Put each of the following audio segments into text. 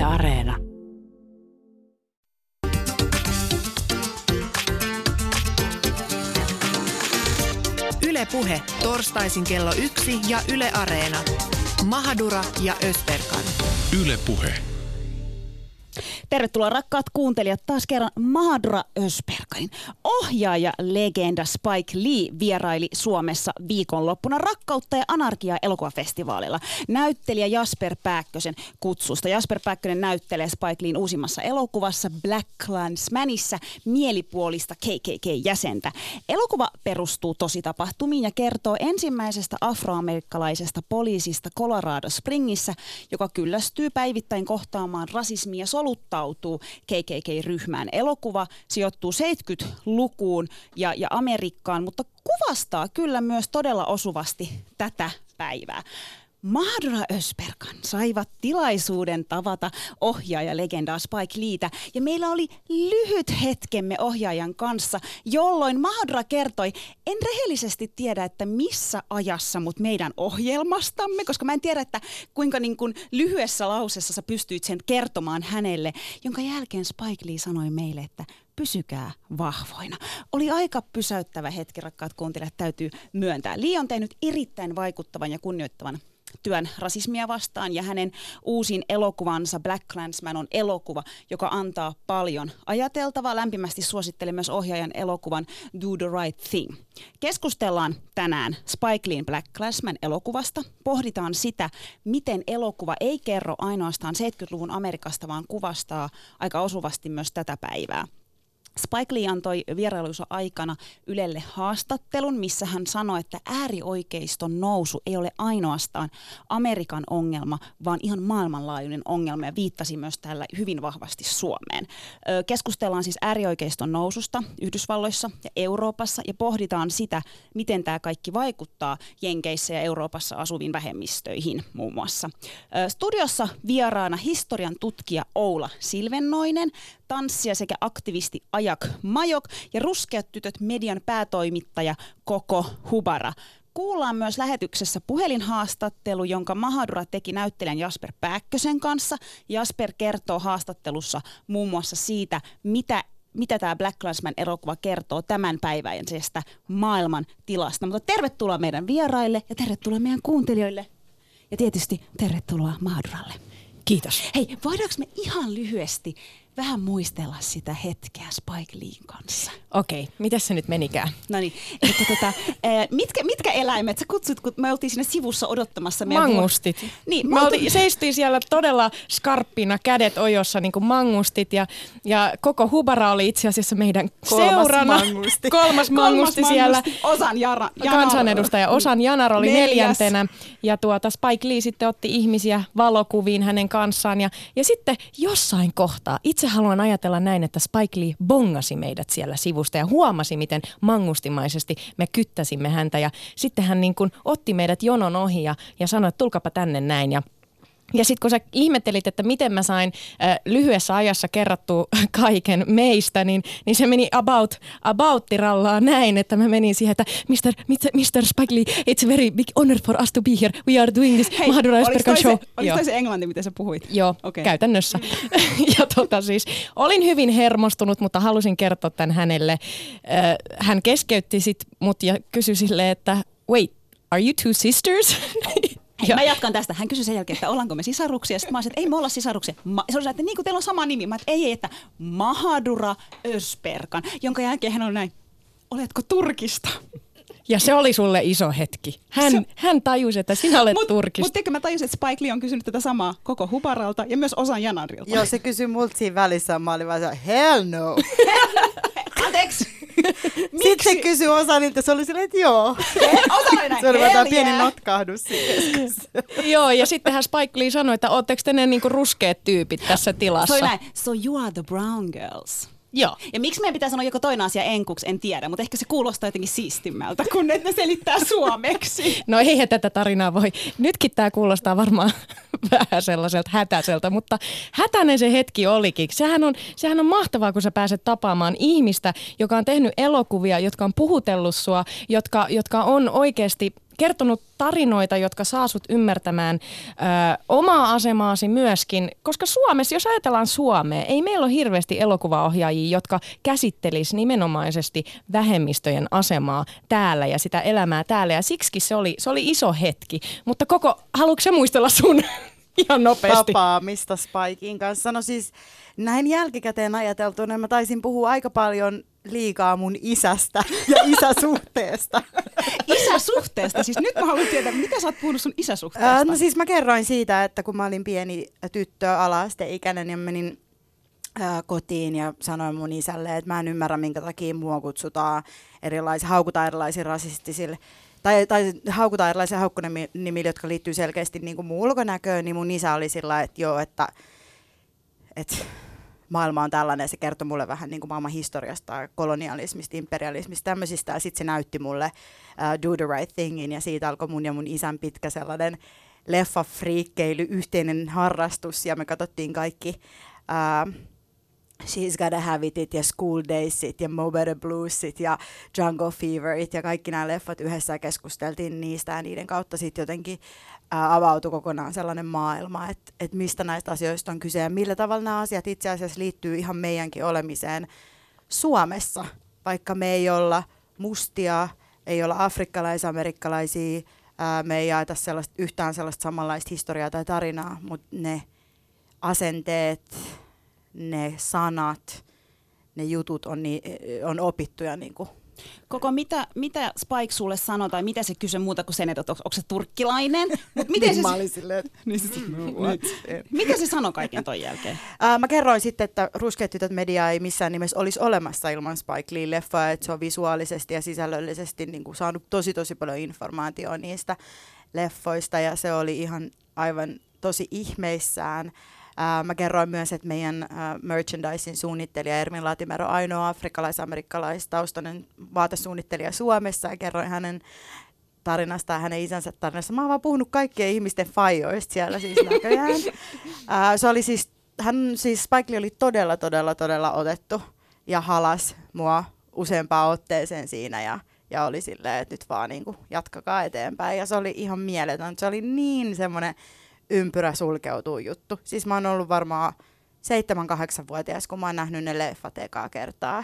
Areena. Yle Puhe, torstaisin kello 1 ja Yle Areena. Mahadura ja Ösberkan. Yle Puhe. Tervetuloa rakkaat kuuntelijat taas kerran Mahadura Ösberkanin. Ohjaaja legenda Spike Lee vieraili Suomessa viikonloppuna Rakkautta ja anarkiaa -elokuvafestivaalilla näyttelijä Jasper Pääkkösen kutsusta. Jasper Pääkkönen näyttelee Spike Leen uusimmassa elokuvassa BlacKkKlansmanissa mielipuolista KKK-jäsentä. Elokuva perustuu tositapahtumiin ja kertoo ensimmäisestä afroamerikkalaisesta poliisista Colorado Springissä, joka kyllästyy päivittäin kohtaamaan rasismia ja soluttaa KKK-ryhmään. Elokuva sijoittuu 70-lukuun ja Amerikkaan, mutta kuvastaa kyllä myös todella osuvasti tätä päivää. Mahadura Ösberkan saivat tilaisuuden tavata ohjaaja-legendaa Spike Leetä ja meillä oli lyhyt hetkemme ohjaajan kanssa, jolloin Mahadura kertoi, en rehellisesti tiedä, että missä ajassa, mutta meidän ohjelmastamme, koska mä en tiedä, että kuinka niin kuin lyhyessä lauseessa sä pystyit sen kertomaan hänelle, jonka jälkeen Spike Lee sanoi meille, että pysykää vahvoina. Oli aika pysäyttävä hetki, rakkaat kuuntelijat, täytyy myöntää. Lee on tehnyt erittäin vaikuttavan ja kunnioittavan työn rasismia vastaan ja hänen uusin elokuvansa BlacKkKlansman on elokuva, joka antaa paljon ajateltavaa. Lämpimästi suosittelen myös ohjaajan elokuvan Do the Right Thing. Keskustellaan tänään Spike Leen BlacKkKlansman elokuvasta. Pohditaan sitä, miten elokuva ei kerro ainoastaan 70-luvun Amerikasta, vaan kuvastaa aika osuvasti myös tätä päivää. Spike Lee antoi vierailunsa aikana Ylelle haastattelun, missä hän sanoi, että äärioikeiston nousu ei ole ainoastaan Amerikan ongelma, vaan ihan maailmanlaajuinen ongelma ja viittasi myös tällä hyvin vahvasti Suomeen. Keskustellaan siis äärioikeiston noususta Yhdysvalloissa ja Euroopassa ja pohditaan sitä, miten tämä kaikki vaikuttaa Jenkeissä ja Euroopassa asuviin vähemmistöihin muun muassa. Studiossa vieraana historian tutkija Oula Silvennoinen, tanssija sekä aktivisti Ajak Majok ja Ruskeat tytöt median päätoimittaja Koko Hubara. Kuullaan myös lähetyksessä puhelinhaastattelu, jonka Mahadura teki näyttelijän Jasper Pääkkösen kanssa. Jasper kertoo haastattelussa muun muassa siitä, mitä tämä BlacKkKlansman elokuva kertoo tämänpäiväisestä maailman tilasta. Mutta tervetuloa meidän vieraille ja tervetuloa meidän kuuntelijoille ja tietysti tervetuloa Mahaduralle. Kiitos. Hei, voidaanko me ihan lyhyesti vähän muistella sitä hetkeä Spike Leen kanssa? Okei, mitäs se nyt menikään? No niin, mitkä eläimet sä kutsut, kun me oltiin siinä sivussa odottamassa? Mangustit. Niin, seistiin siellä todella skarppina, kädet ojossa niin kuin mangustit ja Koko Hubara oli itse asiassa meidän seurana. Kolmas mangusti siellä. Kansanedustaja Osan Janar oli 4. Ja Spike Lee sitten otti ihmisiä valokuviin hänen kanssaan ja sitten jossain kohtaa itse haluan ajatella näin, että Spike Lee bongasi meidät siellä sivusta ja huomasi, miten mangustimaisesti me kyttäsimme häntä. Ja sitten hän niin kuin otti meidät jonon ohi ja sanoi, että tulkapa tänne näin. Ja sitten kun sä ihmettelit, että miten mä sain lyhyessä ajassa kerrattua kaiken meistä, niin se meni about tirallaan näin, että mä menin siihen, että Mr. Spike Lee, it's a very big honor for us to be here. We are doing this Mahadura Ösberkan show. Oliko toi se englanti, mitä sä puhuit? Joo, okay. Käytännössä. Ja siis olin hyvin hermostunut, mutta halusin kertoa tämän hänelle. Hän keskeytti sit mut ja kysyi silleen, että wait, are you two sisters? Hei, mä jatkan tästä. Hän kysyi sen jälkeen, että ollaanko me sisaruksia. Sitten mä olisin, että ei me olla sisaruksia. Se oli että niin kuin teillä on sama nimi. Mä että ei, että Mahadura Ösberkan, jonka jälkeen hän oli näin, oletko Turkista? Ja se oli sulle iso hetki. Hän tajusi, että sinä olet Turkista. Mutta teikö mä tajusin, että Spike Lee on kysynyt tätä samaa Koko Hubaralta ja myös Osan Janarilta. Joo, se kysyi multa siinä välissä. Mä olin vaan se, hell no. Anteeksi. Sitten se kysyi Osanilta, se oli silleen, että joo. Se oli vaan pieni notkahdus siinä. Joo, ja sittenhän Spike Lee sanoi, että ootteko te ne niinku ruskeat tyypit tässä tilassa? Se oli näin, so you are the brown girls. Joo. Ja miksi meidän pitää sanoa joko toinen asia enkuksi, en tiedä, mutta ehkä se kuulostaa jotenkin siistimmältä, kun ne selittää suomeksi. No eihän tätä tarinaa voi. Nytkin tämä kuulostaa varmaan vähän sellaiselta hätäiseltä, mutta hätäinen se hetki olikin. Sehän on mahtavaa, kun sä pääset tapaamaan ihmistä, joka on tehnyt elokuvia, jotka on puhutellut sua, jotka on oikeasti kertonut tarinoita, jotka saa sut ymmärtämään omaa asemaasi myöskin, koska Suomessa, jos ajatellaan Suomea, ei meillä ole hirveästi elokuvaohjaajia, jotka käsittelis nimenomaisesti vähemmistöjen asemaa täällä ja sitä elämää täällä, ja siksi se oli iso hetki. Mutta haluatko sä muistella sun ihan nopeasti tapaamista Spikein kanssa? No siis näin jälkikäteen ajateltuna mä taisin puhua aika paljon liikaa mun isästä ja isäsuhteesta. Isäsuhteesta? Siis nyt mä haluan tietää, mitä sä oot puhunut sun isäsuhteesta? No siis mä kerroin siitä, että kun mä olin pieni tyttö ala-asteikäinen ja menin kotiin ja sanoin mun isälle, että mä en ymmärrä, minkä takia mua kutsutaan haukutaan erilaisille rasistisille tai haukutaan erilaisia haukkunimille, jotka liittyy selkeästi niin kuin mun ulkonäköön, niin mun isä oli sillä, että joo, että maailma on tällainen, ja se kertoi mulle vähän niin kuin maailman historiasta, kolonialismista, imperialismista, tämmöisistä, ja sitten se näytti mulle Do the Right Thingin, ja siitä alkoi mun ja mun isän pitkä sellainen leffafriikkeily, yhteinen harrastus, ja me katsottiin kaikki She's Gotta Have Itit ja School Daysit ja Mo Better Bluesit ja Jungle Feverit ja kaikki nämä leffat yhdessä ja keskusteltiin niistä ja niiden kautta sitten jotenkin avautui kokonaan sellainen maailma, että mistä näistä asioista on kyse ja millä tavalla nämä asiat itse asiassa liittyy ihan meidänkin olemiseen Suomessa, vaikka me ei olla mustia, ei olla afrikkalais-amerikkalaisia, me ei jaeta yhtään sellaista samanlaista historiaa tai tarinaa, mutta ne asenteet, ne sanat, ne jutut on opittuja niin kuin. Koko mitä Spike sulle sanoi tai mitä se kysyi muuta kuin sen, että onko se turkkilainen? Miten mä olin silleen, mitä se sanoi kaiken ton jälkeen? Mä kerroin sitten, että Ruskeat tytöt media ei missään nimessä olisi olemassa ilman Spike Lee leffaa, että se on visuaalisesti ja sisällöllisesti niin kuin saanut tosi paljon informaatiota niistä leffoista ja se oli ihan aivan tosi ihmeissään. Mä kerroin myös, että meidän merchandisin suunnittelija Ermin Latimero on ainoa afrikkalais-amerikkalaistaustainen vaatesuunnittelija Suomessa ja kerroin hänen tarinasta ja hänen isänsä tarinasta. Mä oon vaan puhunut kaikkien ihmisten fajoista siellä siis näköjään. Se oli siis, Spike Lee oli todella otettu ja halas mua useampaan otteeseen siinä ja oli silleen, että nyt vaan niin kuin jatkakaa eteenpäin ja se oli ihan mieletön. Se oli niin semmoinen ympyrä sulkeutuu juttu. Siis mä oon ollut varmaan 7-8-vuotias, kun mä oon nähnyt ne leffat ekaa kertaa.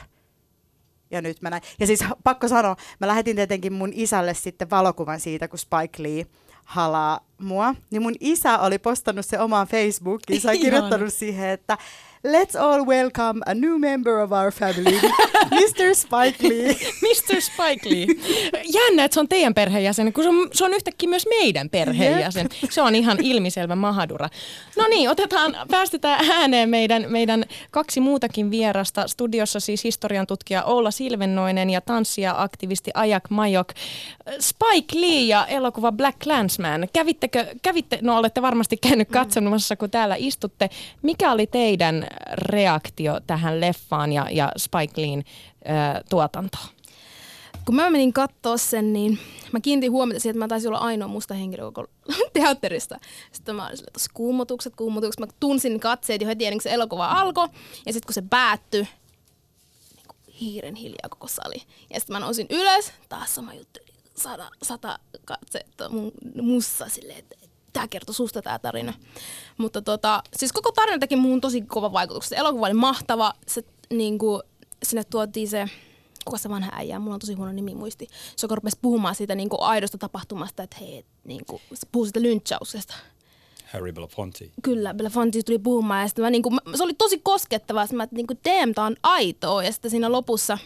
Ja nyt mä näin. Ja siis pakko sanoa, mä lähetin tietenkin mun isälle sitten valokuvan siitä, kun Spike Lee halaa mua. Niin mun isä oli postannut se omaan Facebookiinsa ja kirjoittanut siihen, että let's all welcome a new member of our family, Mr. Spike Lee. Mr. Spike Lee. Jännä, että se on teidän perheenjäsen, kun se on yhtäkkiä myös meidän perheenjäsen. Se on ihan ilmiselvä Mahadura. No niin, päästetään ääneen meidän kaksi muutakin vierasta. Studiossa siis historian tutkija Oula Silvennoinen ja tanssija-aktivisti Ajak Majok. Spike Lee ja elokuva Black Klansman. Kävitte, no olette varmasti käynyt katsomassa, kun täällä istutte. Mikä oli teidän reaktio tähän leffaan ja Spike Leen tuotantoon? Kun mä menin kattoo sen, niin mä kiinnitin huomiota siihen, että mä taisin olla ainoa musta henkilö koko teatterista. Sitten mä olin tosi kuumotukset. Mä tunsin katseet jo heti ennen kuin se elokuva alkoi. Ja sitten kun se päättyi, niin kuin hiiren hiljaa koko sali. Ja sitten mä nousin ylös, taas sama juttu, 100 katseetta mussa silleen, että tämä kertoi susta tämä tarina. Mutta siis koko tarina teki muuhun tosi kova vaikutus. Se elokuva oli mahtava. Se, niinku, sinne tuotiin se, kuka se vanha äijä, mulla on tosi huono nimimuisti. Se rupesi puhumaan siitä niinku aidosta tapahtumasta, että hei, niinku, se puhui siitä lynchauksesta. Harry Belafonte. Kyllä, Belafonte tuli puhumaan ja sitten se oli tosi koskettavaa. Sitten mä että niinku, damn, tää on aitoa. Ja sitten siinä lopussa,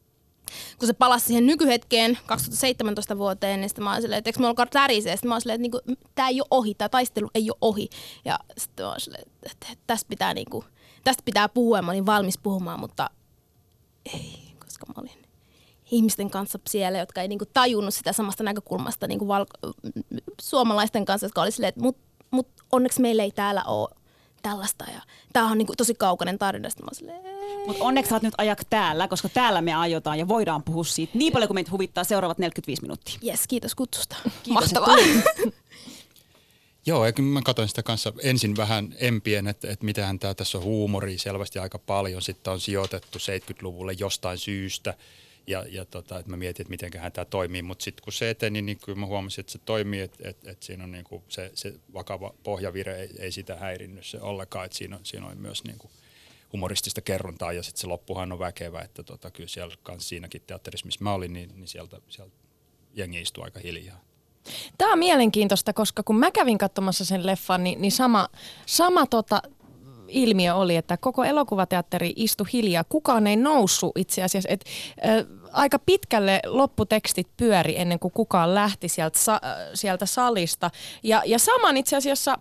kun se palasi siihen nykyhetkeen 2017 vuoteen, niin sitten mä oon silleen, että eikö me alkaa tärisee? Sitten mä oon silleen, että niinku, tää ei ole ohi, tää taistelu ei ole ohi. Ja sitten mä oon silleen, että tästä pitää puhua ja mä olin valmis puhumaan, mutta ei, koska mä olin ihmisten kanssa siellä, jotka ei niinku tajunnut sitä samasta näkökulmasta niinku suomalaisten kanssa, jotka oli silleen, että mut onneksi meillä ei täällä ole tällaista ja tää on niinku tosi kaukainen tarina. Sitten mä oon silleen, mutta onneksi sä oot nyt Ajak täällä, koska täällä me aiotaan ja voidaan puhua siitä niin paljon kuin meitä huvittaa seuraavat 45 minuuttia. Jes, kiitos kutsusta. Kiitos, mahtavaa. Joo, ja mä katsoin sitä kanssa ensin vähän empien, että mitähän tässä on huumoria selvästi aika paljon. Sitten on sijoitettu 70-luvulle jostain syystä. että mä mietin, että mitenköhän tämä toimii, mutta sitten kun se eteni, niin kyllä mä huomasin, että se toimii, että siinä on niin kuin se vakava pohjavire ei sitä häirinnyt se ollenkaan, että siinä on myös niin kuin humoristista kerrontaa ja sitten se loppuhan on väkevä, että kyllä siellä kanssa siinäkin teatterissa, missä mä olin, niin sieltä jengi istui aika hiljaa. Tämä on mielenkiintoista, koska kun mä kävin katsomassa sen leffan, niin sama ilmiö oli, että koko elokuvateatteri istui hiljaa. Kukaan ei noussut itse asiassa. Aika pitkälle lopputekstit pyöri ennen kuin kukaan lähti sieltä salista. Ja saman itse asiassa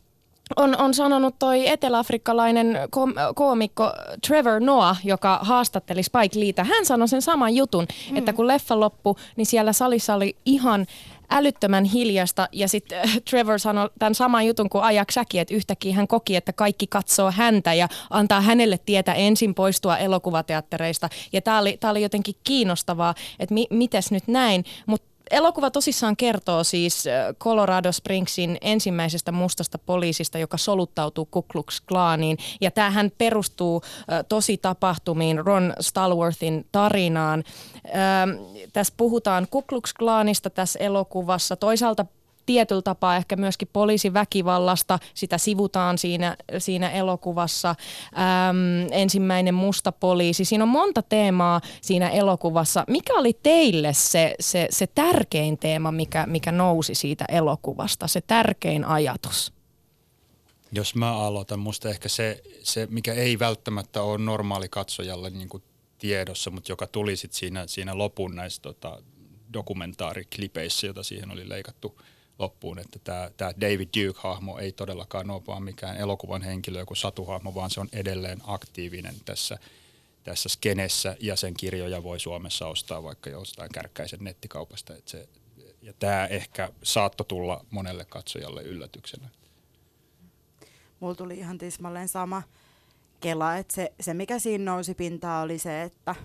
on sanonut toi eteläafrikkalainen koomikko Trevor Noah, joka haastatteli Spike Leetä. Hän sanoi sen saman jutun, että kun leffa loppui, niin siellä salissa oli ihan älyttömän hiljasta, ja sitten Trevor sanoi tämän saman jutun kuin Ajak säkin, että yhtäkkiä hän koki, että kaikki katsoo häntä ja antaa hänelle tietä ensin poistua elokuvateattereista, ja tämä oli jotenkin kiinnostavaa, että mites nyt näin, mutta elokuva tosissaan kertoo siis Colorado Springsin ensimmäisestä mustasta poliisista, joka soluttautuu Ku Klux Klaniin. Ja tämähän perustuu tosi tapahtumiin, Ron Stallworthin tarinaan. Tässä puhutaan Ku Klux Klanista tässä elokuvassa. Toisaalta tietyllä tapaa ehkä myöskin poliisiväkivallasta, sitä sivutaan siinä elokuvassa. Ensimmäinen musta poliisi. Siinä on monta teemaa siinä elokuvassa. Mikä oli teille se tärkein teema, mikä nousi siitä elokuvasta, se tärkein ajatus? Jos mä aloitan, musta ehkä se mikä ei välttämättä ole normaali katsojalle niin kuin tiedossa, mutta joka tuli sitten siinä lopun näissä dokumentaariklipeissä, jota siihen oli leikattu loppuun, että tämä David Duke-hahmo ei todellakaan ole vaan mikään elokuvan henkilö, joku satuhahmo, vaan se on edelleen aktiivinen tässä skenessä, ja sen kirjoja voi Suomessa ostaa vaikka jostain Kärkkäisen nettikaupasta. Ja tämä ehkä saattoi tulla monelle katsojalle yllätyksenä. Mulla tuli ihan tismalleen sama kela, että se mikä siinä nousi pintaan oli se, että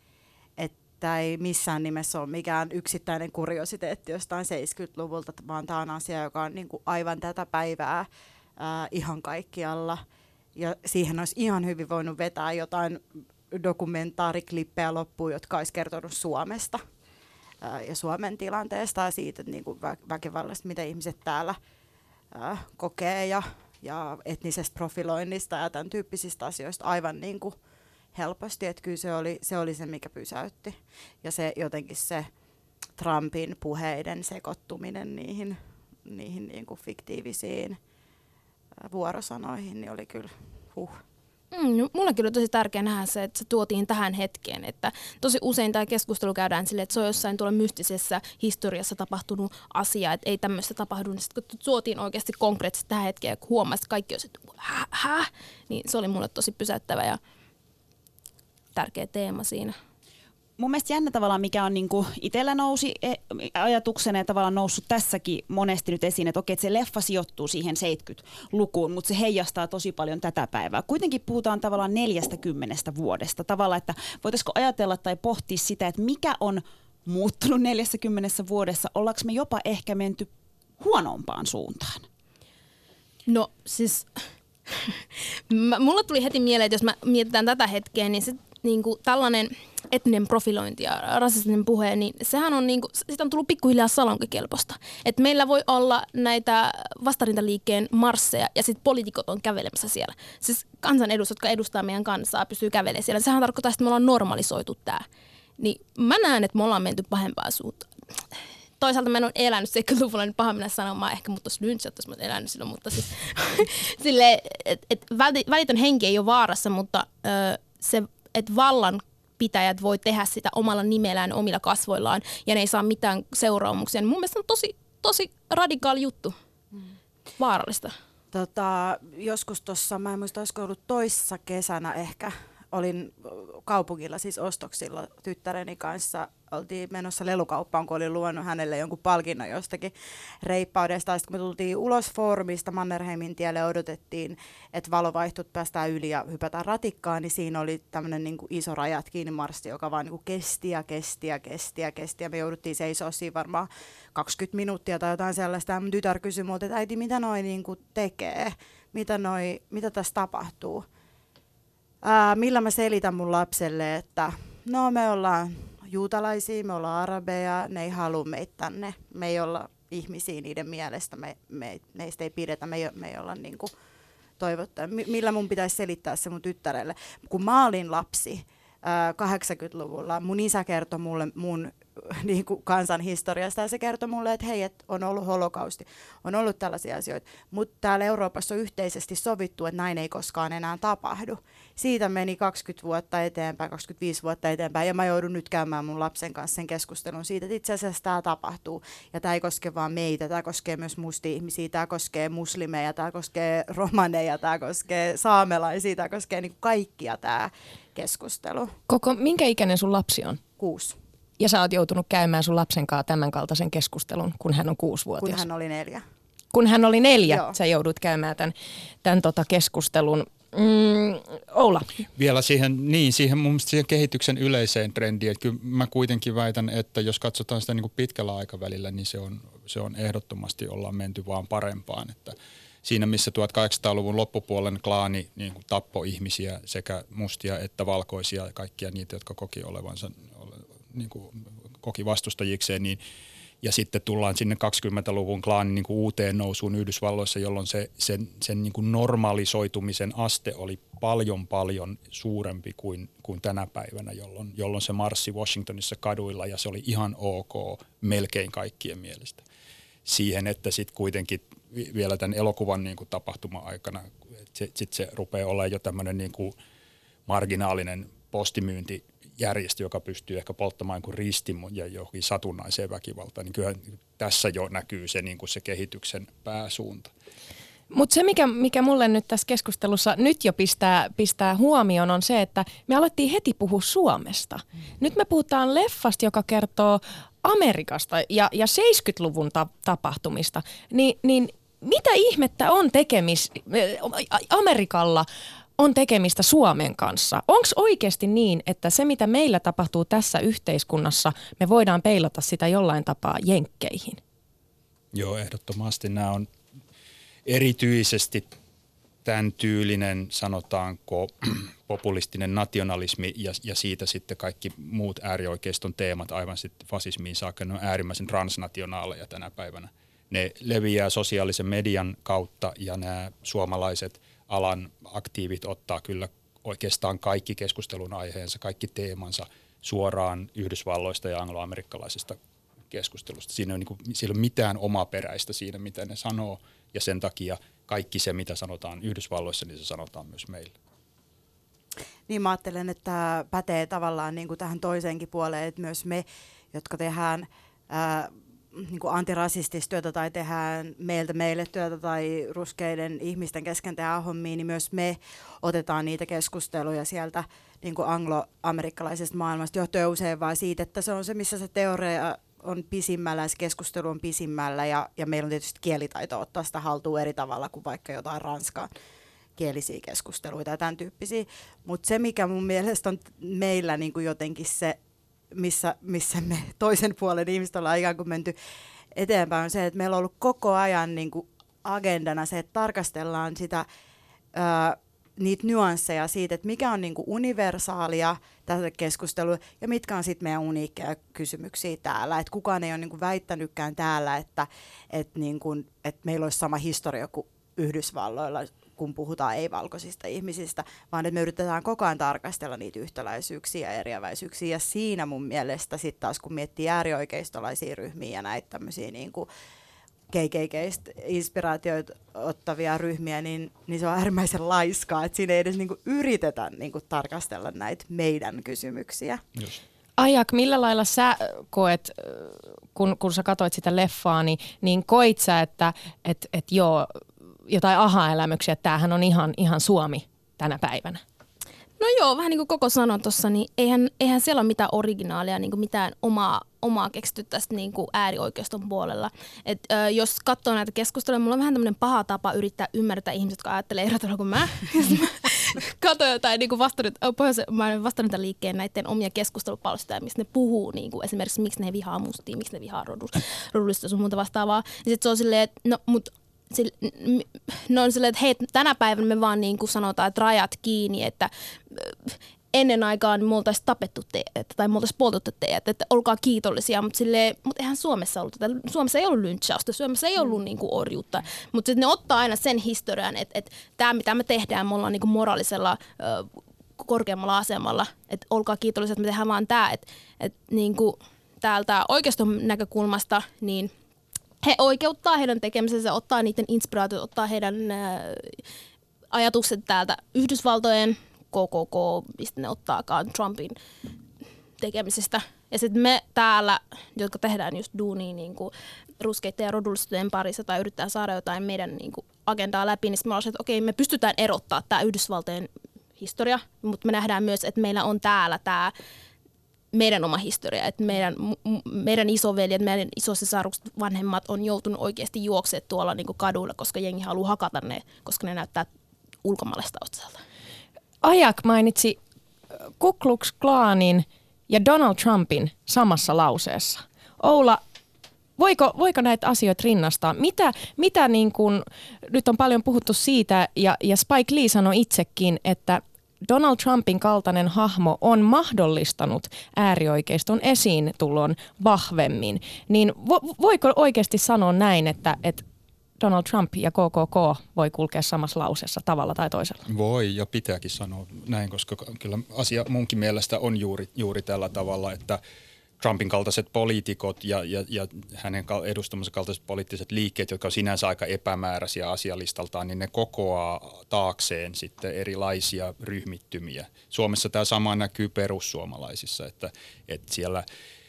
tämä ei missään nimessä ole mikään yksittäinen kuriositeetti jostain 70-luvulta, vaan tämä on asia, joka on niin kuin aivan tätä päivää ihan kaikkialla. Ja siihen olisi ihan hyvin voinut vetää jotain dokumentaariklippejä loppuun, jotka olisi kertonut Suomesta ja Suomen tilanteesta ja siitä niin kuin väkivallasta, mitä ihmiset täällä kokee ja etnisestä profiloinnista ja tämän tyyppisistä asioista aivan niin kuin helposti, että kyllä se oli se, mikä pysäytti. Ja se jotenkin se Trumpin puheiden sekoittuminen niihin niin kuin fiktiivisiin vuorosanoihin, niin oli kyllä Mulle kyllä on tosi tärkeää nähdä se, että se tuotiin tähän hetkeen. Että tosi usein tämä keskustelu käydään silleen, että se on jossain tuolla mystisessä historiassa tapahtunut asia, että ei tämmöistä tapahdu. Niin sitten kun tuotiin oikeasti konkreettisesti tähän hetkeen ja kun huomasi, että kaikki olisi, että niin se oli mulle tosi pysäyttävä ja tärkeä teema siinä. Mun mielestä jännä tavallaan, mikä on niinku itsellä nousi ajatuksena ja tavallaan noussut tässäkin monesti nyt esiin, että okei, että se leffa sijoittuu siihen 70-lukuun, mutta se heijastaa tosi paljon tätä päivää. Kuitenkin puhutaan tavallaan 40 vuodesta. Tavallaan, että voitaisiko ajatella tai pohtia sitä, että mikä on muuttunut 40 vuodessa? Ollaanko me jopa ehkä menty huonompaan suuntaan? No siis, mulla tuli heti mieleen, että jos mä mietitään tätä hetkeä, niin se niinku tällainen etninen profilointi ja rasistinen puhe, niin sehän on niinku, siitä on tullut pikkuhiljaa salonkikelpoista. Et meillä voi olla näitä vastarintaliikkeen marsseja ja sitten poliitikot on kävelemässä siellä. Siis kansanedustajat, jotka edustaa meidän kansaa, pystyy kävelemään siellä. Sehän tarkoittaa, että me ollaan normalisoitu tää. Niin mä näen, että me ollaan menty pahempaan suuntaan. Toisaalta mä en ole elänyt 70-luvulla, niin paha mennä sanomaan, ehkä mut olisi lyntsätty, jos mä olen elänyt silloin, mutta siis silleen, että välitön henki ei ole vaarassa, mutta se, että vallan pitäjät voi tehdä sitä omalla nimellään, omilla kasvoillaan ja ne ei saa mitään seuraamuksia. Niin mun mielestä on tosi radikaali juttu. Vaarallista. Joskus tuossa, mä en muista, olisiko ollut toissa kesänä ehkä, olin kaupungilla siis ostoksilla tyttäreni kanssa. Oltiin menossa lelukauppaan, kun olin luvannut hänelle jonkun palkinnon jostakin reippaudesta. Sitten kun me tultiin ulos Foorumista Mannerheimin tielle, odotettiin, että valo vaihtui, päästään yli ja hypätään ratikkaan, niin siinä oli tämmöinen niin kuin iso rajat kiinni marssi, joka vaan niin kuin kesti. Me jouduttiin seisoa siinä varmaan 20 minuuttia tai jotain sellaista. Ja mun tytär kysyi multa, että äiti, mitä noi niin kuin tekee? Mitä tässä tapahtuu? Millä mä selitän mun lapselle, että no me ollaan juutalaisia, me ollaan arabeja, ne ei halua meitä tänne. Me ei olla ihmisiä niiden mielestä, meistä ei pidetä, me ei olla niin kuin toivottaa. Millä mun pitäisi selittää se mun tyttärelle? Kun mä olin lapsi 80-luvulla, mun isä kertoi mulle mun niin kuin kansan historiasta ja se kertoi mulle, että hei, et on ollut holokausti, on ollut tällaisia asioita, mutta täällä Euroopassa on yhteisesti sovittu, että näin ei koskaan enää tapahdu. Siitä meni 20 vuotta eteenpäin, 25 vuotta eteenpäin ja mä joudun nyt käymään mun lapsen kanssa sen keskustelun siitä, että itse asiassa tämä tapahtuu ja tämä ei koske vaan meitä, tämä koskee myös mustia ihmisiä, tämä koskee muslimeja, tämä koskee romaneja, tämä koskee saamelaisia, tämä koskee niin kuin kaikkia tämä keskustelu. Minkä ikäinen sun lapsi on? 6. Ja sä oot joutunut käymään sun lapsen kanssa tämän kaltaisen keskustelun, kun hän on 6-vuotias. Kun hän oli 4. Kun hän oli 4, Joo. sä joudut käymään tämän keskustelun. Oula. Vielä siihen mun mielestä siihen kehityksen yleiseen trendiin. Että kyllä mä kuitenkin väitän, että jos katsotaan sitä niin kuin pitkällä aikavälillä, niin se on ehdottomasti ollaan menty vaan parempaan. Että siinä missä 1800-luvun loppupuolen klaani niin kuin tappoi ihmisiä, sekä mustia että valkoisia ja kaikkia niitä, jotka koki olevansa niin kuin koki vastustajikseen, niin, ja sitten tullaan sinne 20-luvun klaanin niin kuin uuteen nousuun Yhdysvalloissa, jolloin sen niin kuin normalisoitumisen aste oli paljon suurempi kuin tänä päivänä, jolloin se marssi Washingtonissa kaduilla ja se oli ihan ok melkein kaikkien mielestä. Siihen, että sitten kuitenkin vielä tämän elokuvan niin kuin tapahtuma-aikana sitten se rupeaa olemaan jo tämmöinen niin kuin marginaalinen postimyyntijärjestö, joka pystyy ehkä polttamaan kuin ristin ja johonkin satunnaiseen väkivaltaan, niin kyllä tässä jo näkyy se, niin kuin se kehityksen pääsuunta. Mutta se, mikä mulle nyt tässä keskustelussa nyt jo pistää huomioon, on se, että me alettiin heti puhua Suomesta. Nyt me puhutaan leffasta, joka kertoo Amerikasta ja 70-luvun tapahtumista. Niin mitä ihmettä on Amerikalla on tekemistä Suomen kanssa? Onko oikeasti niin, että se mitä meillä tapahtuu tässä yhteiskunnassa, me voidaan peilata sitä jollain tapaa jenkkeihin? Joo, ehdottomasti nämä on erityisesti tämän tyylinen, sanotaanko, populistinen nationalismi ja siitä sitten kaikki muut äärioikeiston teemat, aivan sitten fasismiin saakka, ne on äärimmäisen transnationaaleja tänä päivänä. Ne leviää sosiaalisen median kautta ja nämä suomalaiset alan aktiivit ottaa kyllä oikeastaan kaikki keskustelun aiheensa, kaikki teemansa suoraan Yhdysvalloista ja angloamerikkalaisesta keskustelusta. Siinä ei ole mitään omaperäistä siinä, mitä ne sanoo, ja sen takia kaikki se, mitä sanotaan Yhdysvalloissa, niin se sanotaan myös meillä. Niin mä ajattelen, että tämä pätee tavallaan niin kuin tähän toiseenkin puoleen, että myös me, jotka tehdään niin kuin antirasistista työtä tai tehdään meille työtä tai ruskeiden ihmisten kesken tehdään hommia, niin myös me otetaan niitä keskusteluja sieltä niin kuin angloamerikkalaisesta maailmasta, johtuen usein vaan siitä, että se on se, missä se teoria on pisimmällä ja se keskustelu on pisimmällä ja meillä on tietysti kielitaito ottaa sitä haltuun eri tavalla kuin vaikka jotain ranskan kielisiä keskusteluita ja tämän tyyppisiä. Mutta se, mikä mun mielestä on meillä niin kuin jotenkin se, missä me toisen puolen ihmiset ollaan ikään kuin menty eteenpäin, on se, että meillä on ollut koko ajan niin kuin agendana se, että tarkastellaan sitä niitä nyansseja siitä, että mikä on niin kuin universaalia tässä keskustelua ja mitkä on sitten meidän uniikkeja kysymyksiä täällä. Et kukaan ei ole niin kuin väittänytkään täällä, että meillä olisi sama historia kuin Yhdysvalloilla, kun puhutaan ei-valkoisista ihmisistä, vaan että me yritetään koko ajan tarkastella niitä yhtäläisyyksiä ja eriäväisyyksiä. Ja siinä mun mielestä sitten taas, kun miettii äärioikeistolaisia ryhmiä ja näitä tämmöisiä niin kuin KKK:sta inspiraatioita ottavia ryhmiä, niin se on äärimmäisen laiskaa, että siinä ei edes niin kuin yritetä niin kuin tarkastella näitä meidän kysymyksiä. Just. Ajak, millä lailla sä koet, kun sä katsoit sitä leffaa, niin koit sä, että joo, jotain aha-elämyksiä, että tämähän on ihan Suomi tänä päivänä? No joo, vähän niin kuin Koko sanoi tuossa, niin eihän siellä ole mitään originaalia, niin kuin mitään omaa keksitty tästä niin kuin äärioikeiston puolella. Jos katsoo näitä keskusteluja, mulla on vähän tämmöinen paha tapa yrittää ymmärtää ihmiset, jotka ajattelee eri tavalla kuin mä. Katsoin jotain niin vastarinta liikkeen näiden omia keskustelupalstoja, missä ne puhuu niin kuin esimerkiksi, miksi ne vihaa mustia, miksi ne vihaa rodullista sun muuta vastaavaa. Ja sitten se on silleen, että no on silleen, että hei, tänä päivänä me vaan niin kuin sanotaan, että rajat kiinni, että ennen aikaan me oltaisiin tapettu teidät tai me oltaisiin poltettu teidät, että olkaa kiitollisia, mutta eihän Suomessa ollut tätä. Suomessa ei ollut lynchausta, Suomessa ei ollut niinku orjuutta, mutta ne ottaa aina sen historian, että tämä mitä me tehdään, me ollaan niinku moraalisella korkeammalla asemalla, että olkaa kiitollisia, että me tehdään vaan tämä, että niinku täältä oikeiston näkökulmasta, niin he oikeuttaa heidän tekemisensä, ottaa niiden inspiraatiot, ottaa heidän ajatukset täältä Yhdysvaltojen mistä ne ottaakaan Trumpin tekemisestä. Ja sitten me täällä, jotka tehdään just duunia niin ruskeiden ja rodullistujen parissa tai yrittää saada jotain meidän niin kuin agendaa läpi, niin me ollaan, että okei, me pystytään erottaa tämä Yhdysvaltojen historia, mutta me nähdään myös, että meillä on täällä tämä meidän oma historia, että meidän isoveljet, meidän isosisarukset, vanhemmat on joutunut oikeasti juoksemaan tuolla niin kuin kaduilla, koska jengi haluaa hakata ne, koska ne näyttää ulkomaalaistaustaisella. Ajak mainitsi Ku Klux Klanin ja Donald Trumpin samassa lauseessa. Oula, voiko näitä asioita rinnastaa? Mitä niin kun, nyt on paljon puhuttu siitä, ja Spike Lee sanoi itsekin, että Donald Trumpin kaltainen hahmo on mahdollistanut äärioikeiston esiintulon vahvemmin. Niin voiko oikeasti sanoa näin, että Donald Trump ja KKK voi kulkea samassa lauseessa tavalla tai toisella? Voi ja pitääkin sanoa näin, koska kyllä asia munkin mielestä on juuri tällä tavalla, että Trumpin kaltaiset poliitikot ja hänen edustamansa kaltaiset poliittiset liikkeet, jotka on sinänsä aika epämääräisiä asialistaltaan, niin ne kokoaa taakseen sitten erilaisia ryhmittymiä. Suomessa tämä sama näkyy perussuomalaisissa, että siellä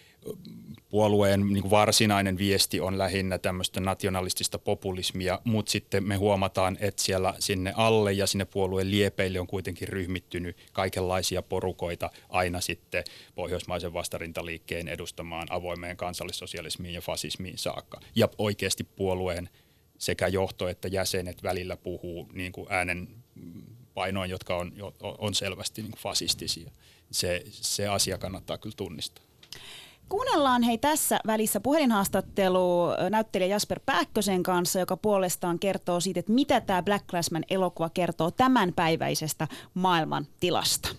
puolueen niin kuin varsinainen viesti on lähinnä tämmöistä nationalistista populismia, mutta sitten me huomataan, että siellä sinne alle ja sinne puolueen liepeille on kuitenkin ryhmittynyt kaikenlaisia porukoita aina sitten pohjoismaisen vastarintaliikkeen edustamaan avoimeen kansallissosialismiin ja fasismiin saakka. Ja oikeasti puolueen sekä johto että jäsenet välillä puhuu niin kuin äänen painoin, jotka on selvästi niin kuin fasistisia. Se asia kannattaa kyllä tunnistaa. Kuunnellaan tässä välissä puhelinhaastattelu näyttelijä Jasper Pääkkösen kanssa, joka puolestaan kertoo siitä, että mitä tämä BlacKkKlansman-elokuva kertoo tämänpäiväisestä maailman tilasta.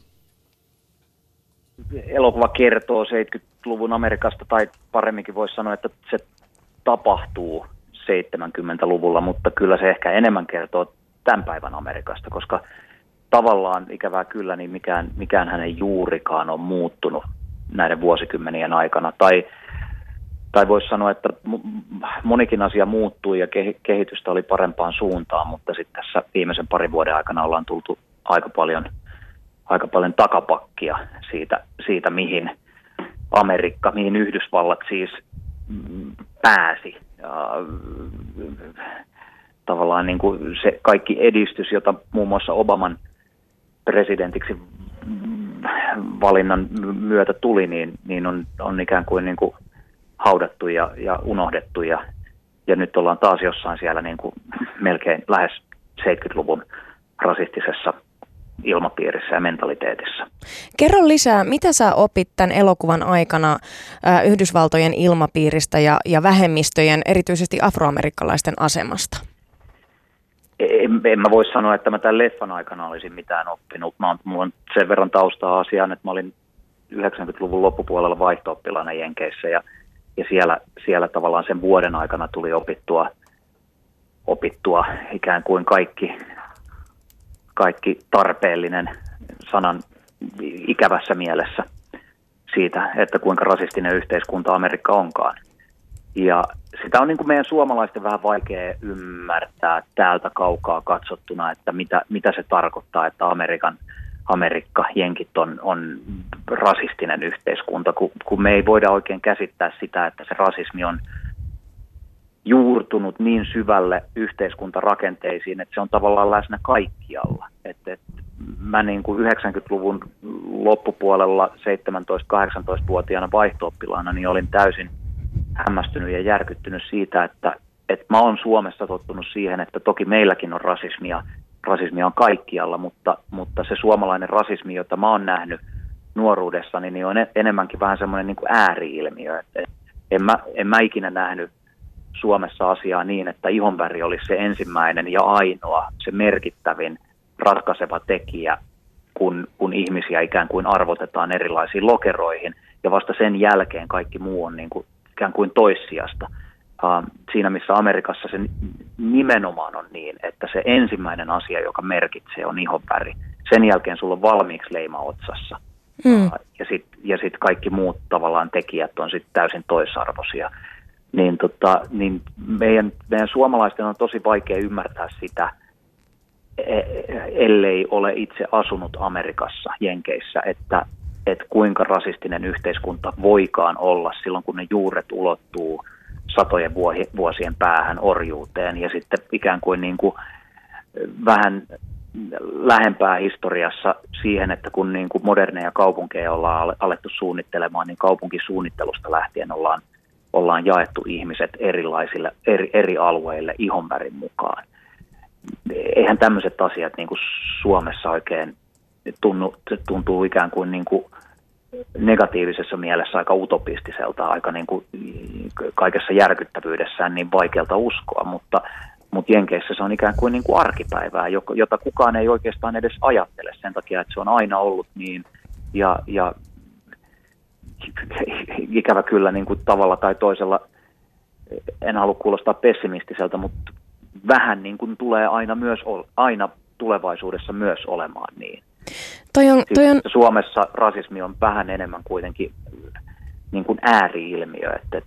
Elokuva kertoo 70-luvun Amerikasta, tai paremminkin voisi sanoa, että se tapahtuu 70-luvulla, mutta kyllä se ehkä enemmän kertoo tämän päivän Amerikasta, koska tavallaan ikävää kyllä, niin mikään hän ei juurikaan ole muuttunut näiden vuosikymmenien aikana. Tai voisi sanoa, että monikin asia muuttui ja kehitystä oli parempaan suuntaan, mutta sitten tässä viimeisen parin vuoden aikana ollaan tultu aika paljon takapakkia siitä mihin Amerikka, mihin Yhdysvallat siis pääsi. Ja tavallaan niin kuin se kaikki edistys, jota muun muassa Obaman presidentiksi valinnan myötä tuli, niin on ikään kuin haudattu ja unohdettu ja nyt ollaan taas jossain siellä niin kuin melkein lähes 70-luvun rasistisessa ilmapiirissä ja mentaliteetissa. Kerro lisää, mitä sä opit tämän elokuvan aikana Yhdysvaltojen ilmapiiristä ja vähemmistöjen, erityisesti afroamerikkalaisten asemasta? En mä voi sanoa, että mä tämän leffan aikana olisin mitään oppinut. Mulla on sen verran taustaa asiaan, että mä olin 90-luvun loppupuolella vaihto-oppilaana Jenkeissä ja siellä tavallaan sen vuoden aikana tuli opittua ikään kuin kaikki tarpeellinen sanan ikävässä mielessä siitä, että kuinka rasistinen yhteiskunta Amerikka onkaan. Ja sitä on niin kuin meidän suomalaisten vähän vaikea ymmärtää täältä kaukaa katsottuna, että mitä se tarkoittaa, että Amerikka, jenkit on rasistinen yhteiskunta, kun me ei voida oikein käsittää sitä, että se rasismi on juurtunut niin syvälle yhteiskuntarakenteisiin, että se on tavallaan läsnä kaikkialla. Mä niin kuin 90-luvun loppupuolella 17-18-vuotiaana vaihto-oppilaana niin olin täysin hämmästynyt ja järkyttynyt siitä, että mä oon Suomessa tottunut siihen, että toki meilläkin on rasismia on kaikkialla, mutta se suomalainen rasismi, jota mä oon nähnyt nuoruudessani, niin on enemmänkin vähän semmoinen niin kuin ääri-ilmiö. En mä ikinä nähnyt Suomessa asiaa niin, että ihonväri olisi se ensimmäinen ja ainoa, se merkittävin ratkaiseva tekijä, kun ihmisiä ikään kuin arvotetaan erilaisiin lokeroihin, ja vasta sen jälkeen kaikki muu on niin kuin ikään kuin toissijasta. Siinä missä Amerikassa se nimenomaan on niin, että se ensimmäinen asia, joka merkitsee, on ihonväri. Sen jälkeen sulla on valmiiksi leima otsassa. Ja sit kaikki muut tavallaan tekijät on sitten täysin toisarvoisia. Niin meidän suomalaisten on tosi vaikea ymmärtää sitä, ellei ole itse asunut Amerikassa, Jenkeissä, että kuinka rasistinen yhteiskunta voikaan olla silloin, kun ne juuret ulottuu satojen vuosien päähän orjuuteen ja sitten ikään kuin, vähän lähempää historiassa siihen, että kun niin kuin moderneja kaupunkeja ollaan alettu suunnittelemaan, niin kaupunkisuunnittelusta lähtien ollaan jaettu ihmiset erilaisille eri alueille ihonvärin mukaan. Eihän tämmöiset asiat niin kuin Suomessa oikein tuntuu ikään kuin, negatiivisessa mielessä aika utopistiselta, aika niin kuin kaikessa järkyttävyydessään niin vaikealta uskoa, mutta Jenkeissä se on ikään kuin, arkipäivää, jota kukaan ei oikeastaan edes ajattele sen takia, että se on aina ollut niin, ja ikävä kyllä niin kuin tavalla tai toisella, en halua kuulostaa pessimistiseltä, mutta vähän niin kuin tulee aina tulevaisuudessa myös olemaan niin. Suomessa rasismi on vähän enemmän kuitenkin niin kuin ääri-ilmiö, että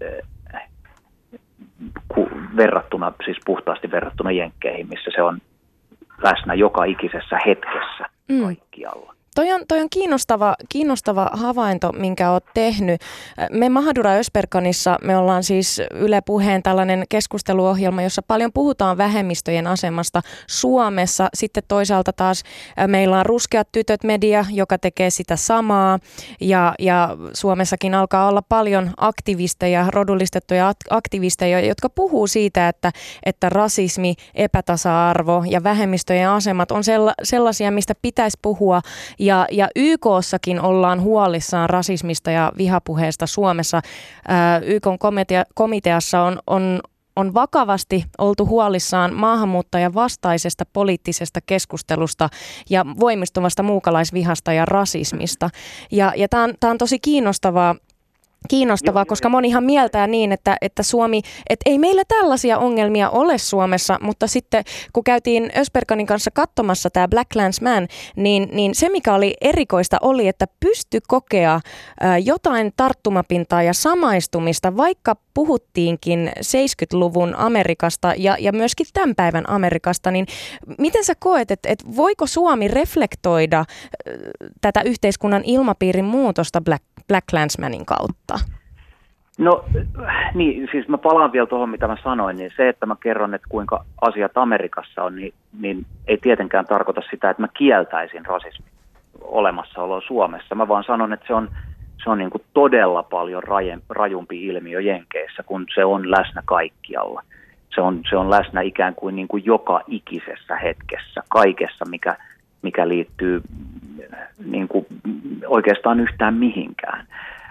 puhtaasti verrattuna Jenkkeihin, missä se on läsnä joka ikisessä hetkessä kaikkialla. Toi on kiinnostava havainto, minkä olet tehnyt. Me Mahadura Ösperkanissa, me ollaan siis Yle Puheen tällainen keskusteluohjelma, jossa paljon puhutaan vähemmistöjen asemasta Suomessa. Sitten toisaalta taas meillä on Ruskeat tytöt media, joka tekee sitä samaa. Ja Suomessakin alkaa olla paljon aktivisteja, rodullistettuja aktivisteja, jotka puhuu siitä, että rasismi, epätasa-arvo ja vähemmistöjen asemat on sellaisia, mistä pitäisi puhua. Ja YK:ssakin ollaan huolissaan rasismista ja vihapuheesta Suomessa. YK:n komiteassa on vakavasti oltu huolissaan maahanmuuttajan vastaisesta poliittisesta keskustelusta ja voimistuvasta muukalaisvihasta ja rasismista. Ja tämä on tosi kiinnostavaa, koska monihan mieltää niin, että Suomi, että ei meillä tällaisia ongelmia ole Suomessa, mutta sitten kun käytiin Ösperkanin kanssa katsomassa tämä BlacKkKlansman, niin se mikä oli erikoista oli, että pystyi kokea jotain tarttumapintaa ja samaistumista, vaikka puhuttiinkin 70-luvun Amerikasta ja myöskin tämän päivän Amerikasta, niin miten sä koet, että voiko Suomi reflektoida tätä yhteiskunnan ilmapiirin muutosta BlacKkKlansmanin kautta? No niin, siis mä palaan vielä tuohon, mitä mä sanoin, niin se, että mä kerron, että kuinka asiat Amerikassa on, niin ei tietenkään tarkoita sitä, että mä kieltäisin rasismin olemassaoloa Suomessa. Mä vaan sanon, että se on niin kuin todella paljon rajumpi ilmiö Jenkeissä, kun se on läsnä kaikkialla. Se on läsnä ikään kuin, joka ikisessä hetkessä, kaikessa, mikä liittyy niin kuin oikeastaan yhtään mihinkään.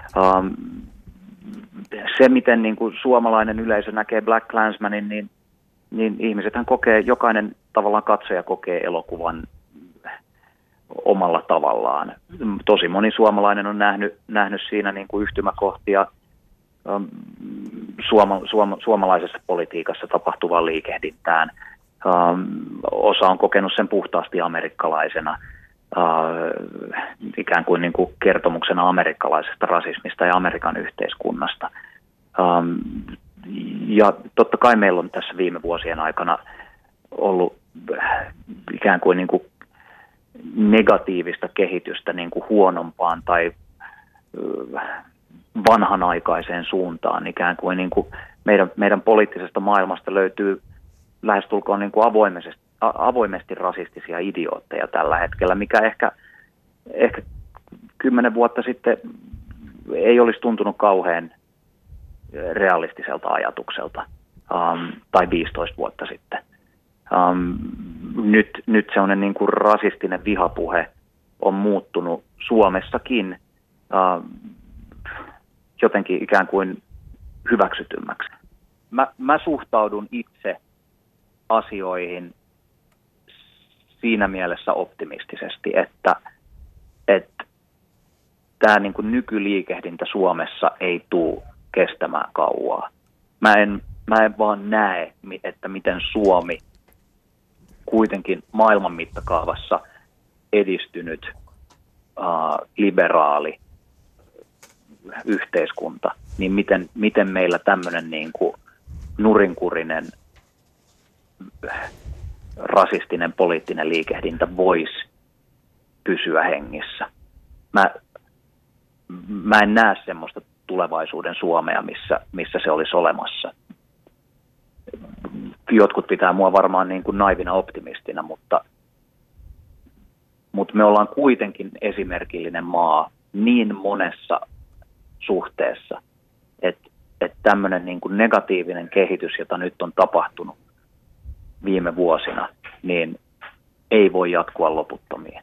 Se, miten niin kuin suomalainen yleisö näkee BlacKkKlansmanin, niin ihmisethän kokee, jokainen tavallaan katsoja kokee elokuvan omalla tavallaan. Tosi moni suomalainen on nähnyt siinä niin kuin yhtymäkohtia suomalaisessa politiikassa tapahtuvaan liikehdintään. Osa on kokenut sen puhtaasti amerikkalaisena, ikään kuin, kertomuksena amerikkalaisesta rasismista ja Amerikan yhteiskunnasta. Ja totta kai meillä on tässä viime vuosien aikana ollut ikään kuin, negatiivista kehitystä niin kuin huonompaan tai vanhanaikaiseen suuntaan. Ikään kuin, meidän poliittisesta maailmasta löytyy lähestulkoon niin kuin avoimesti rasistisia idiootteja tällä hetkellä, mikä ehkä 10 vuotta sitten ei olisi tuntunut kauhean realistiselta ajatukselta, tai 15 vuotta sitten. Nyt sellainen niin kuin rasistinen vihapuhe on muuttunut Suomessakin jotenkin ikään kuin hyväksytymmäksi. Mä suhtaudun itse asioihin siinä mielessä optimistisesti, että tämä niin kuin nykyliikehdintä Suomessa ei tule kestämään kauaa. Mä en vaan näe, että miten Suomi kuitenkin maailman mittakaavassa edistynyt liberaali yhteiskunta, niin miten meillä tämmöinen niin kuin nurinkurinen rasistinen poliittinen liikehdintä voisi pysyä hengissä. Mä en näe semmoista tulevaisuuden Suomea, missä se olisi olemassa. Jotkut pitää mua varmaan niin kuin naivina optimistina, mutta me ollaan kuitenkin esimerkillinen maa niin monessa suhteessa, että tämmöinen niin kuin negatiivinen kehitys, jota nyt on tapahtunut viime vuosina, niin ei voi jatkua loputtomiin.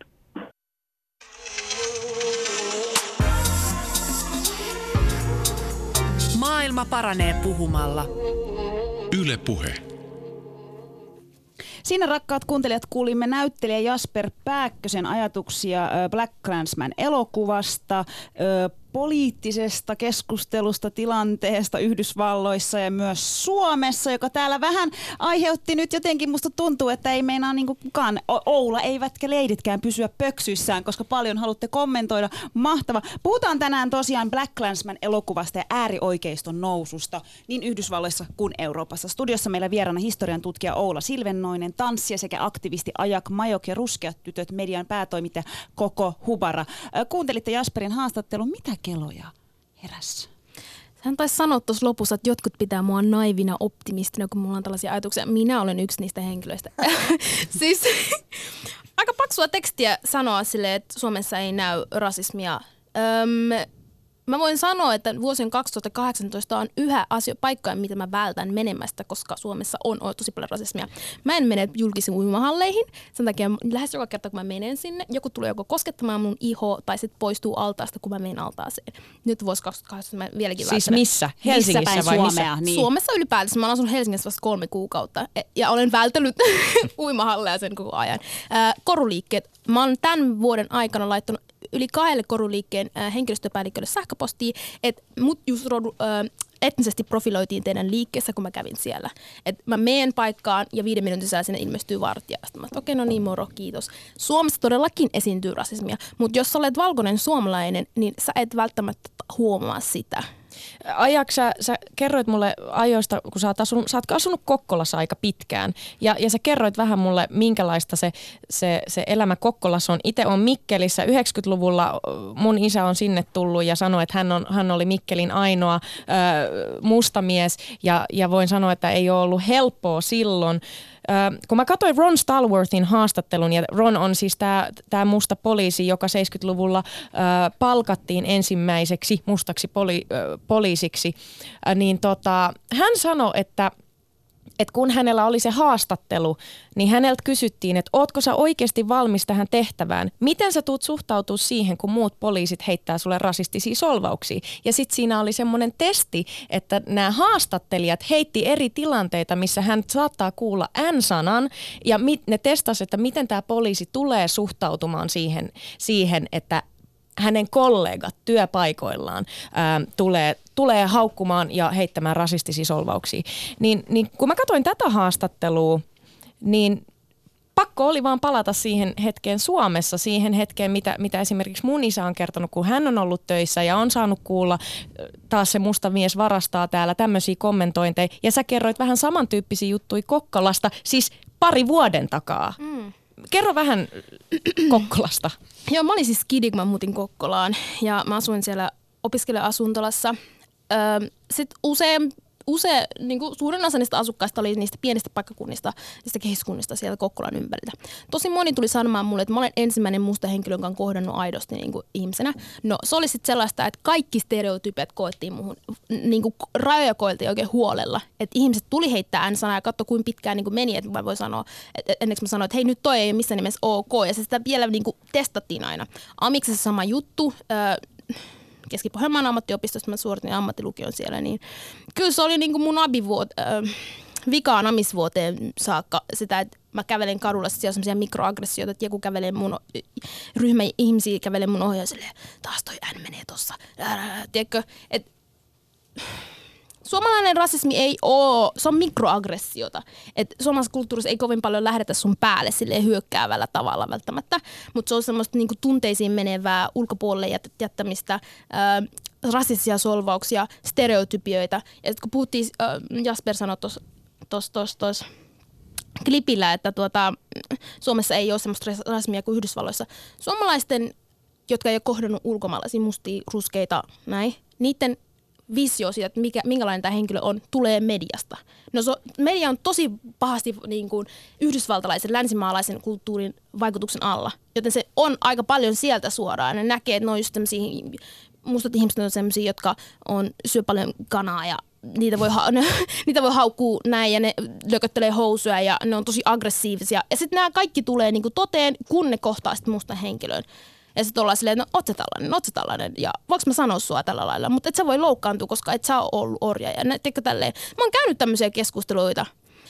Maailma paranee puhumalla. Yle Puhe. Siinä, rakkaat kuuntelijat, kuulimme näyttelijä Jasper Pääkkösen ajatuksia BlacKkKlansman-elokuvasta, poliittisesta keskustelusta, tilanteesta Yhdysvalloissa ja myös Suomessa, joka täällä vähän aiheutti nyt jotenkin, musta tuntuu, että ei meinaa niin kuin kukaan Oula, eivätkä leiditkään pysyä pöksyissään, koska paljon haluatte kommentoida. Mahtava. Puhutaan tänään tosiaan BlacKkKlansman-elokuvasta ja äärioikeiston noususta niin Yhdysvalloissa kuin Euroopassa. Studiossa meillä vieraana historian tutkija Oula Silvennoinen, tanssija sekä aktivisti Ajak Majok ja Ruskeat tytöt median päätoimittaja Koko Hubara. Kuuntelitte Jasperin haastattelun. Mitä keloja herässä? Hän taisi sanoa tuossa lopussa, että jotkut pitää mua naivina optimistina, kun mulla on tällaisia ajatuksia. Minä olen yksi niistä henkilöistä. Siis aika paksua tekstiä sanoa silleen, että Suomessa ei näy rasismia. Mä voin sanoa, että vuosien 2018 on yhä paikkoja, mitä mä vältän menemästä, koska Suomessa on tosi paljon rasismia. Mä en mene julkisiin uimahalleihin, sen takia lähes joka kerta, kun mä menen sinne, joku tulee joko koskettamaan mun ihoa tai sitten poistuu altaasta, kun mä menen altaaseen. Nyt vuosi 2018 mä vieläkin vältän. Siis missä? Helsingissä missä vai Suomea? missä? Niin. Suomessa ylipäätänsä. Mä oon asunut Helsingissä vasta 3 kuukautta ja olen välttänyt uimahalleja sen koko ajan. Koruliikkeet. Mä oon tämän vuoden aikana laittanut yli 2 koruliikkeen henkilöstöpäällikölle sähköpostiin, että mut just etnisesti profiloitiin teidän liikkeessä, kun mä kävin siellä. Että mä meen paikkaan ja 5 minuutin sisällä sinne ilmestyy vartija. Sitten mä okei, no niin, moro, kiitos. Suomessa todellakin esiintyy rasismia, mutta jos sä olet valkoinen suomalainen, niin sä et välttämättä huomaa sitä. Ajak, sä kerroit mulle ajoista, kun sä oot asunut Kokkolassa aika pitkään, ja sä kerroit vähän mulle, minkälaista se elämä Kokkolassa on. Itse on Mikkelissä. 90-luvulla mun isä on sinne tullut ja sanoi, että hän oli Mikkelin ainoa mustamies, ja voin sanoa, että ei ole ollut helppoa silloin. Kun mä katsoin Ron Stallworthin haastattelun, ja Ron on siis tämä musta poliisi, joka 70-luvulla palkattiin ensimmäiseksi mustaksi poliisiksi, niin hän sanoi, että kun hänellä oli se haastattelu, niin häneltä kysyttiin, että ootko sä oikeasti valmis tähän tehtävään? Miten sä tuut suhtautua siihen, kun muut poliisit heittää sulle rasistisia solvauksia? Ja sitten siinä oli semmoinen testi, että nämä haastattelijat heitti eri tilanteita, missä hän saattaa kuulla N-sanan, ja ne testasivat, että miten tämä poliisi tulee suhtautumaan siihen, että hänen kollegat työpaikoillaan tulee haukkumaan ja heittämään rasistisia solvauksia. Niin kun mä katsoin tätä haastattelua, niin pakko oli vaan palata siihen hetkeen Suomessa, siihen hetkeen, mitä esimerkiksi mun isä on kertonut, kun hän on ollut töissä ja on saanut kuulla, taas se musta mies varastaa täällä, tämmöisiä kommentointeja. Ja sä kerroit vähän samantyyppisiä juttuja Kokkolasta, siis 2 vuoden takaa. Kerro vähän Kokkolasta. Joo, mä olin siis skidi, kun mä muutin Kokkolaan ja mä asuin siellä opiskelija-asuntolassa. Sitten niin kuin suurin osa niistä asukkaista oli niistä pienistä paikkakunnista, niistä kehyskunnista siellä Kokkolan ympäriltä. Tosi moni tuli sanomaan mulle, että mä olen ensimmäinen musta henkilö, jonka on kohdannut aidosti niin kuin ihmisenä. No se oli sitten sellaista, että kaikki stereotypiat koettiin muhun, niin kuin rajoja koeltiin oikein huolella. Että ihmiset tuli heittää N-sanaa ja katso kuinka pitkään niin kuin meni, että mä voin sanoa, ennen kuin mä sanoin, että hei nyt toi ei ole missään nimessä ok. Ja se sitä vielä niin kuin testattiin aina. Amiksessa sama juttu. Keski-Pohjanmaan ammattiopistosta mä suoritin ammattilukion siellä, niin kyllä se oli niin kuin mun vikaan amisvuoteen saakka sitä, että mä kävelen kadulla, siellä on semmoisia mikroaggressioita, että joku kävelee mun, ryhmä ihmisiä kävelee mun ohi ja silleen, taas toi N menee tossa. Tiedätkö, että suomalainen rasismi ei ole, se on mikroaggressiota. Et suomalaisessa kulttuurissa ei kovin paljon lähdetä sun päälle silleen hyökkäävällä tavalla välttämättä, mutta se on semmoista niinku tunteisiin menevää ulkopuolelle jättämistä, rasistisia solvauksia, stereotypioita. Ja kun puhuttiin, Jasper sanoi tuossa klipillä, että Suomessa ei ole semmoista rasismia kuin Yhdysvalloissa. Suomalaisten, jotka ei ole kohdannut ulkomaalaisia mustia, ruskeita, näin, niiden visio siitä, että minkälainen tämä henkilö on, tulee mediasta. No media on tosi pahasti niin kuin yhdysvaltalaisen, länsimaalaisen kulttuurin vaikutuksen alla, joten se on aika paljon sieltä suoraan. Ne näkee, että ne on just sellaisia, mustat ihmiset on sellaisia, jotka syö paljon kanaa ja niitä voi haukkua näin ja ne lököttelee housuja ja ne on tosi aggressiivisia. Ja sitten nämä kaikki tulee niin kuin toteen, kun ne kohtaa sitten mustan henkilön. Ja sitten ollaan silleen, no oot sä tällainen, ja voinko mä sanoa sua tällä lailla, mutta et sä voi loukkaantua, koska et sä ole ollut orja. Ja teikö tälleen, mä oon käynyt tämmöisiä keskusteluita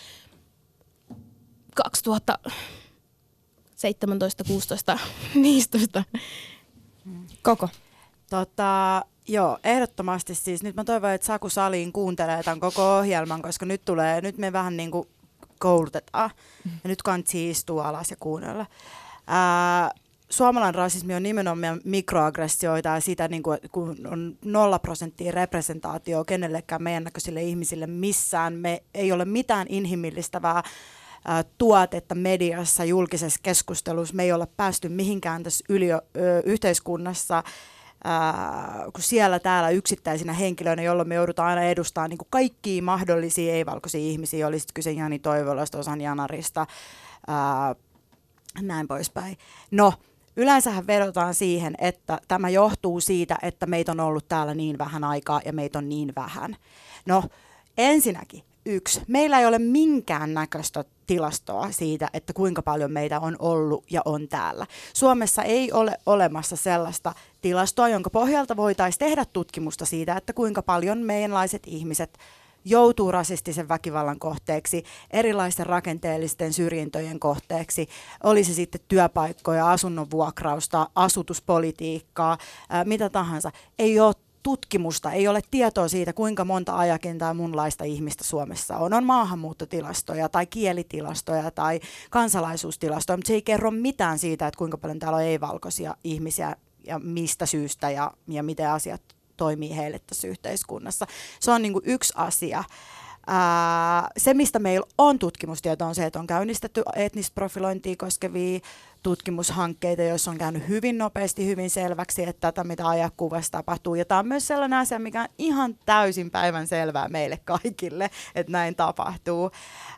2017, 16, 15. Koko. Joo, ehdottomasti siis. Nyt mä toivon, että Saku Saliin kuuntelee tämän koko ohjelman, koska nyt me vähän niin kuin koulutetaan. Ja nyt kannattaa istua alas ja kuunnella. Suomalainen rasismi on nimenomaan mikroaggressioita ja sitä, niin kuin, kun on 0% representaatio kenellekään meidän näköisille ihmisille missään. Me ei ole mitään inhimillistävää tuotetta mediassa, julkisessa keskustelussa. Me ei ole päästy mihinkään tässä yhteiskunnassa, kun siellä täällä yksittäisinä henkilöinä, jolloin me joudutaan aina edustamaan niin kuin kaikkia mahdollisia ei-valkoisia ihmisiä. Oli sitten kyse Jani Toivolasta, Osan Janarista, näin poispäin. No, yleensähän vedotaan siihen, että tämä johtuu siitä, että meitä on ollut täällä niin vähän aikaa ja meitä on niin vähän. No, ensinnäkin meillä ei ole minkään näköistä tilastoa siitä, että kuinka paljon meitä on ollut ja on täällä. Suomessa ei ole olemassa sellaista tilastoa, jonka pohjalta voitaisiin tehdä tutkimusta siitä, että kuinka paljon meidänlaiset ihmiset joutuu rasistisen väkivallan kohteeksi, erilaisten rakenteellisten syrjintöjen kohteeksi, oli se sitten työpaikkoja, asunnon vuokrausta, asutuspolitiikkaa, mitä tahansa. Ei ole tutkimusta, ei ole tietoa siitä, kuinka monta ajakentaa munlaista ihmistä Suomessa on. On maahanmuuttotilastoja tai kielitilastoja tai kansalaisuustilastoja, mutta se ei kerro mitään siitä, että kuinka paljon täällä on ei-valkoisia ihmisiä ja mistä syystä ja miten asiat toimii heille tässä yhteiskunnassa. Se on niin kuin yksi asia. Se, mistä meillä on tutkimustietoa, on se, että on käynnistetty etnistä profilointia koskevia tutkimushankkeita, joissa on käynyt hyvin nopeasti, hyvin selväksi, että tätä, mitä ajakuvassa tapahtuu. Ja tämä on myös sellainen asia, mikä on ihan täysin päivän selvää meille kaikille, että näin tapahtuu.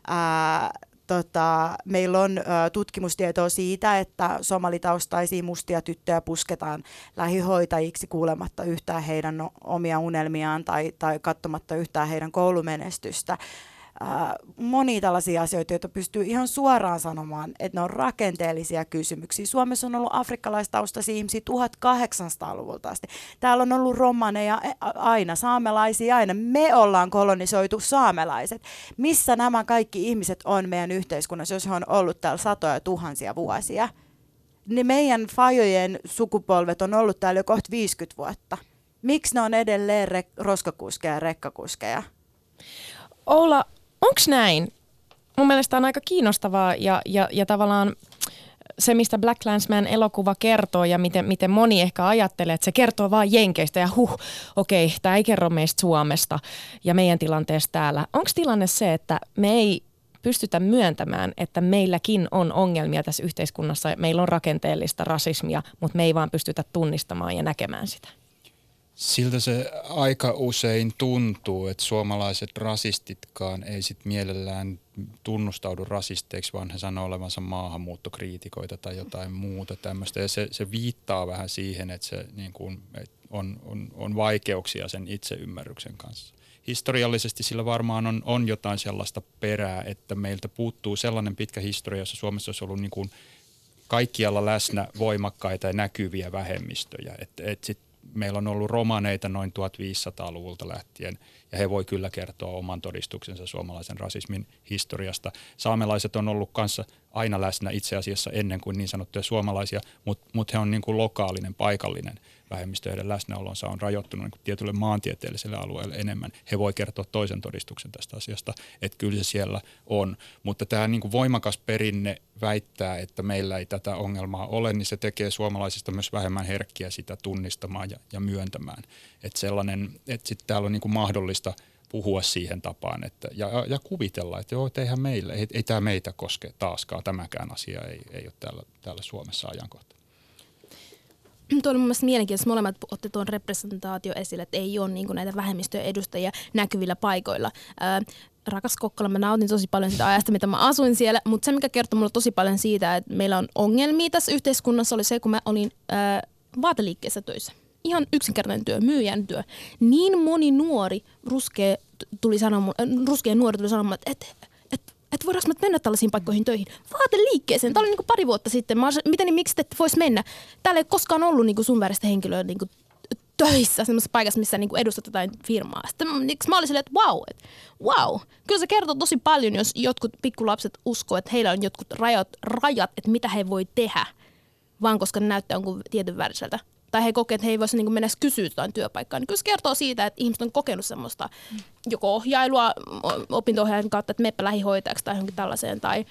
Meillä on tutkimustietoa siitä, että somalitaustaisia mustia tyttöjä pusketaan lähihoitajiksi kuulematta yhtään heidän omia unelmiaan tai katsomatta yhtään heidän koulumenestystä. Monia tällaisia asioita, joita pystyy ihan suoraan sanomaan, että ne on rakenteellisia kysymyksiä. Suomessa on ollut afrikkalaistaustaisia ihmisiä 1800-luvulta asti. Täällä on ollut romaneja aina, saamelaisia aina. Me ollaan kolonisoitu saamelaiset. Missä nämä kaikki ihmiset on meidän yhteiskunnassa, jos he on ollut täällä satoja tuhansia vuosia? Ne meidän fajojen sukupolvet on ollut täällä jo kohta 50 vuotta. Miksi ne on edelleen roskakuskeja ja rekkakuskeja? Oula, onko näin? Mun mielestä on aika kiinnostavaa ja tavallaan se, mistä Black Klansman elokuva kertoo ja miten moni ehkä ajattelee, että se kertoo vaan Jenkeistä ja okei, tämä ei kerro meistä Suomesta ja meidän tilanteesta täällä. Onko tilanne se, että me ei pystytä myöntämään, että meilläkin on ongelmia tässä yhteiskunnassa, meillä on rakenteellista rasismia, mutta me ei vaan pystytä tunnistamaan ja näkemään sitä? Siltä se aika usein tuntuu, että suomalaiset rasistitkaan ei sit mielellään tunnustaudu rasisteiksi, vaan he sanoo olevansa maahanmuuttokriitikoita tai jotain muuta tämmöistä. Ja se viittaa vähän siihen, että se niin kuin, on vaikeuksia sen itseymmärryksen kanssa. Historiallisesti sillä varmaan on jotain sellaista perää, että meiltä puuttuu sellainen pitkä historia, jossa Suomessa olisi ollut niin kuin kaikkialla läsnä voimakkaita ja näkyviä vähemmistöjä. meillä on ollut romaneita noin 1500-luvulta lähtien, ja he voi kyllä kertoa oman todistuksensa suomalaisen rasismin historiasta. Saamelaiset on ollut kanssa aina läsnä itse asiassa ennen kuin niin sanottuja suomalaisia, mutta he on niin kuin lokaalinen, paikallinen vähemmistö. Heidän läsnäolonsa on rajoittunut niin kuin tietylle maantieteelliselle alueelle enemmän. He voi kertoa toisen todistuksen tästä asiasta, että kyllä se siellä on. Mutta tämä niin kuin voimakas perinne väittää, että meillä ei tätä ongelmaa ole, niin se tekee suomalaisista myös vähemmän herkkiä sitä tunnistamaan ja myöntämään. Että sitten täällä on niin kuin mahdollista puhua siihen tapaan ja kuvitella, että joo, eihän meillä, ei tämä meitä koske taaskaan, tämäkään asia ei ole täällä Suomessa ajankohta. Tuo oli mun mielestä mielenkiintoista. Molemmat otti tuon representaatio esille, että ei ole niin kuin näitä vähemmistöjen edustajia näkyvillä paikoilla. Rakas Kokkola, mä nautin tosi paljon sitä ajasta, mitä mä asuin siellä, mutta se, mikä kertoi mulle tosi paljon siitä, että meillä on ongelmia tässä yhteiskunnassa, oli se, kun mä olin vaateliikkeessä töissä. Ihan yksinkertainen työ, myyjän työ. Niin moni nuori, ruskea nuori tuli sanomaan, että voidaanko mä mennä tällaisiin paikkoihin töihin? Vaateliikkeeseen. Tämä oli niin pari vuotta sitten. Miksi te ette voisi mennä? Täällä ei koskaan ollut niin sun väristä henkilöä niin töissä semmoisessa paikassa, missä niin edustat jotain firmaa. Sitten mä olin silleen, että wow. Kyllä se kertoo tosi paljon, jos jotkut pikkulapset uskoo, että heillä on jotkut rajat, että mitä he voi tehdä, vaan koska ne näyttää jonkun tietyn väriseltä. Tai he kokee, että he ei voisi mennä kysyä jotain työpaikkaa. Niin kyllä se kertoo siitä, että ihmiset on kokenut semmoista joko ohjailua opinto-ohjaajan kautta, että meppä lähihoitajaksi tai johonkin tällaiseen, tai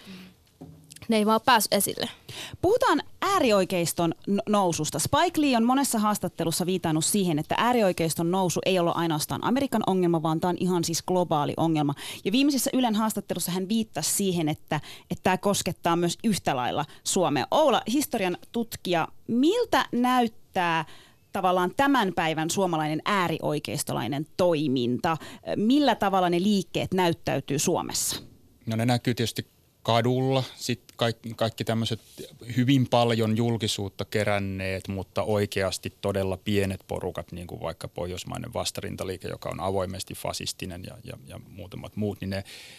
ne ei vaan päässyt esille. Puhutaan äärioikeiston noususta. Spike Lee on monessa haastattelussa viitannut siihen, että äärioikeiston nousu ei ole ainoastaan Amerikan ongelma, vaan tämä on ihan siis globaali ongelma. Ja viimeisessä Ylen haastattelussa hän viittasi siihen, että tämä koskettaa myös yhtä lailla Suomea. Oula, historian tutkija, miltä näyttää tavallaan tämän päivän suomalainen äärioikeistolainen toiminta? Millä tavalla ne liikkeet näyttäytyy Suomessa? No ne näkyy tietysti kadulla, sitten kaikki tämmöiset hyvin paljon julkisuutta keränneet, mutta oikeasti todella pienet porukat, niin kuin vaikka Pohjoismainen vastarintaliike, joka on avoimesti fasistinen ja muutamat muut, niin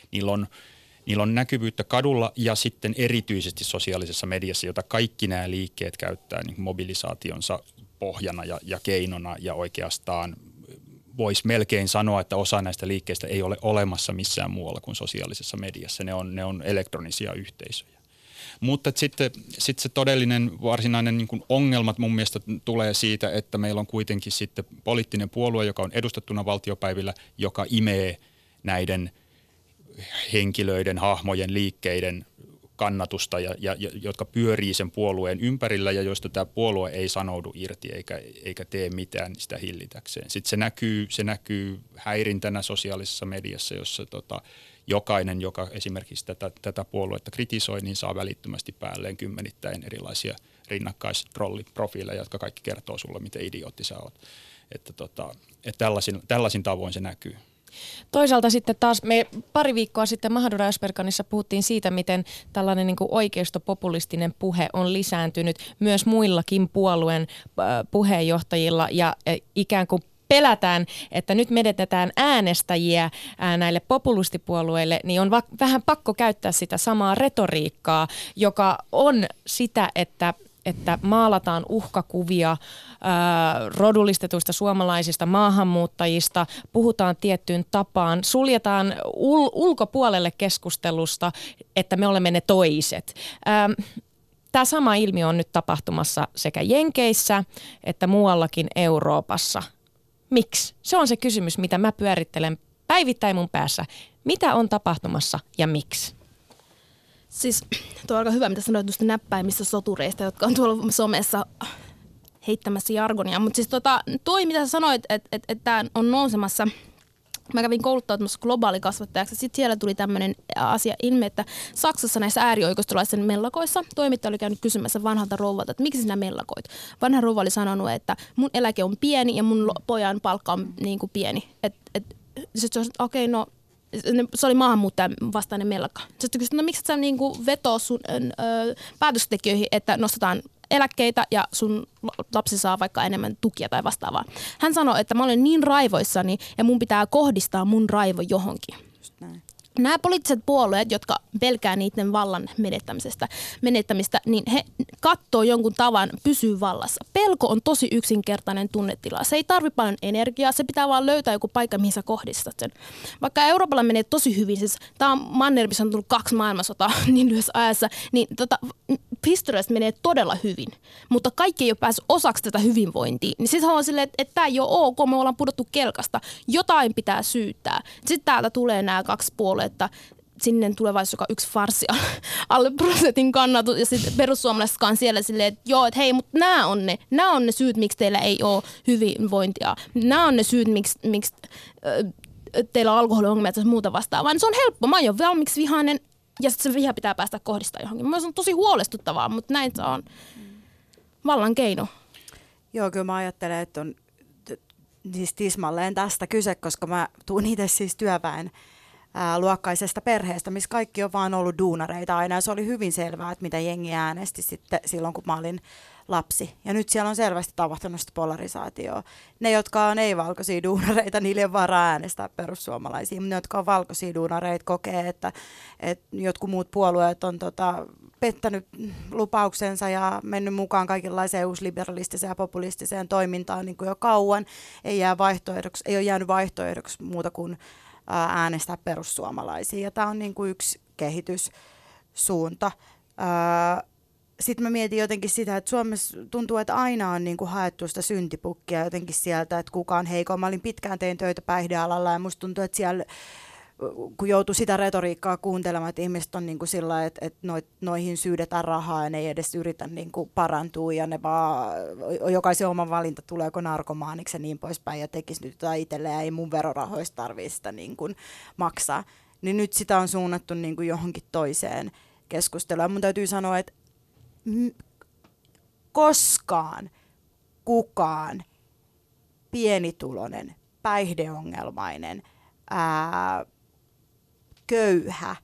niillä on näkyvyyttä kadulla ja sitten erityisesti sosiaalisessa mediassa, jota kaikki nämä liikkeet käyttää niin mobilisaationsa pohjana ja keinona, ja oikeastaan voisi melkein sanoa, että osa näistä liikkeistä ei ole olemassa missään muualla kuin sosiaalisessa mediassa. Ne on elektronisia yhteisöjä. Mutta sitten se todellinen varsinainen niin kuin ongelmat mun mielestä tulee siitä, että meillä on kuitenkin sitten poliittinen puolue, joka on edustettuna valtiopäivillä, joka imee näiden henkilöiden, hahmojen, liikkeiden kannatusta, ja jotka pyörii sen puolueen ympärillä ja joista tämä puolue ei sanoudu irti eikä tee mitään sitä hillitäkseen. Sitten se näkyy häirintänä sosiaalisessa mediassa, jossa jokainen, joka esimerkiksi tätä puoluetta kritisoi, niin saa välittömästi päälleen kymmenittäin erilaisia rinnakkaistrolliprofiileja, jotka kaikki kertoo sulle, miten idiootti sä oot. Että tällaisin tavoin se näkyy. Toisaalta sitten taas me pari viikkoa sitten Mahadura Ösberkanissa puhuttiin siitä, miten tällainen niin kuin oikeistopopulistinen puhe on lisääntynyt myös muillakin puolueen puheenjohtajilla, ja ikään kuin pelätään, että nyt menetetään äänestäjiä näille populistipuolueille, niin on vähän pakko käyttää sitä samaa retoriikkaa, joka on sitä, että maalataan uhkakuvia rodullistetuista suomalaisista maahanmuuttajista, puhutaan tiettyyn tapaan, suljetaan ulkopuolelle keskustelusta, että me olemme ne toiset. Tämä sama ilmiö on nyt tapahtumassa sekä Jenkeissä että muuallakin Euroopassa. Miksi? Se on se kysymys, mitä mä pyörittelen päivittäin mun päässä. Mitä on tapahtumassa ja miksi? Siis tuo on aika hyvä, mitä sanoit tuosta näppäimistä sotureista, jotka on tuolla somessa heittämässä jargonia. Mutta siis toi, mitä sä sanoit, että tämä on nousemassa. Mä kävin kouluttautumassa globaalikasvattajaksi. Sitten siellä tuli tämmöinen asia ilmi, että Saksassa näissä äärioikeistolaisen mellakoissa toimittaja oli käynyt kysymässä vanhalta rouvalta, että miksi sinä mellakoit. Vanha rouva oli sanonut, että mun eläke on pieni ja mun pojan palkka on niin kuin pieni. Sitten okei, no se oli maahanmuuttajan vastainen mellakka. Sitten kysyin, no miksi sä niinku vetoo sun päätöstekijöihin, että nostetaan eläkkeitä ja sun lapsi saa vaikka enemmän tukia tai vastaavaa. Hän sanoi, että mä olen niin raivoissani ja mun pitää kohdistaa mun raivo johonkin. Nämä poliittiset puolueet, jotka pelkää niiden vallan menettämistä, niin he katsoo jonkun tavan pysyä vallassa. pelko on tosi yksinkertainen tunnetila. Se ei tarvitse paljon energiaa, se pitää vaan löytää joku paikka, mihin sä kohdistat sen. Vaikka Euroopalla menee tosi hyvin, siis tämä on manner, missä on tullut 2 maailmansotaa niin lyhyessä ajassa, niin historiasta menee todella hyvin, mutta kaikki ei ole päässyt osaksi tätä hyvinvointia. Niin sitten haluan silleen, että tämä ei ole ok, me ollaan pudottu kelkasta, jotain pitää syyttää. Sitten täältä tulee nämä 2 puoluetta, sinne tulevaisuus, joka yksi farssi alle prosentin kannatus, ja sitten perussuomalaisetkaan siellä silleen, että joo, että hei, mutta nämä on ne syyt, miksi teillä ei ole hyvinvointia. Nämä on ne syyt, miksi teillä on alkoholiongelmia ja muuta vastaavaa. Se on helppo, mä oon jo valmiiksi vihainen, ja sitten se viha pitää päästä kohdistamaan johonkin. Mielestäni on tosi huolestuttavaa, mutta näin se on vallan keino. Joo, kyllä mä ajattelen, että on siis tismalleen tästä kyse, koska mä tuun itse siis työväen luokkaisesta perheestä, missä kaikki on vaan ollut duunareita aina. Ja se oli hyvin selvää, että mitä jengi äänesti sitten silloin, kun mä olin lapsi. Ja nyt siellä on selvästi tapahtunut sitä polarisaatioa. Ne, jotka on ei-valkoisia duunareita, niillä ei ole varaa äänestää perussuomalaisia. Ne, jotka on valkoisia duunareita, kokee, että jotkut muut puolueet on pettänyt lupauksensa ja mennyt mukaan kaikenlaiseen uusliberalistiseen ja populistiseen toimintaan niin kuin jo kauan. Ei ole jäänyt vaihtoehdoksi muuta kuin äänestää perussuomalaisia. Ja tämä on niin kuin yksi kehityssuunta. Sitten mä mietin jotenkin sitä, että Suomessa tuntuu, että aina on niin kuin haettu sitä syntipukkia jotenkin sieltä, että kuka on heikoin. Mä olin pitkään tein töitä päihdealalla ja musta tuntuu, että siellä kun joutui sitä retoriikkaa kuuntelemaan, että ihmiset on niin kuin sillä, että noihin syydetään rahaa ja ne ei edes yritä niin kuin parantua ja ne vaan, jokaisen oma valinta tuleeko narkomaaniksi ja niin poispäin ja tekisi nyt jotain itselleen ja ei mun verorahoista tarvitse sitä niin kuin maksaa. Niin nyt sitä on suunnattu niin kuin johonkin toiseen keskusteluun. Mun täytyy sanoa, että koskaan kukaan pienituloinen, päihdeongelmainen, köyhä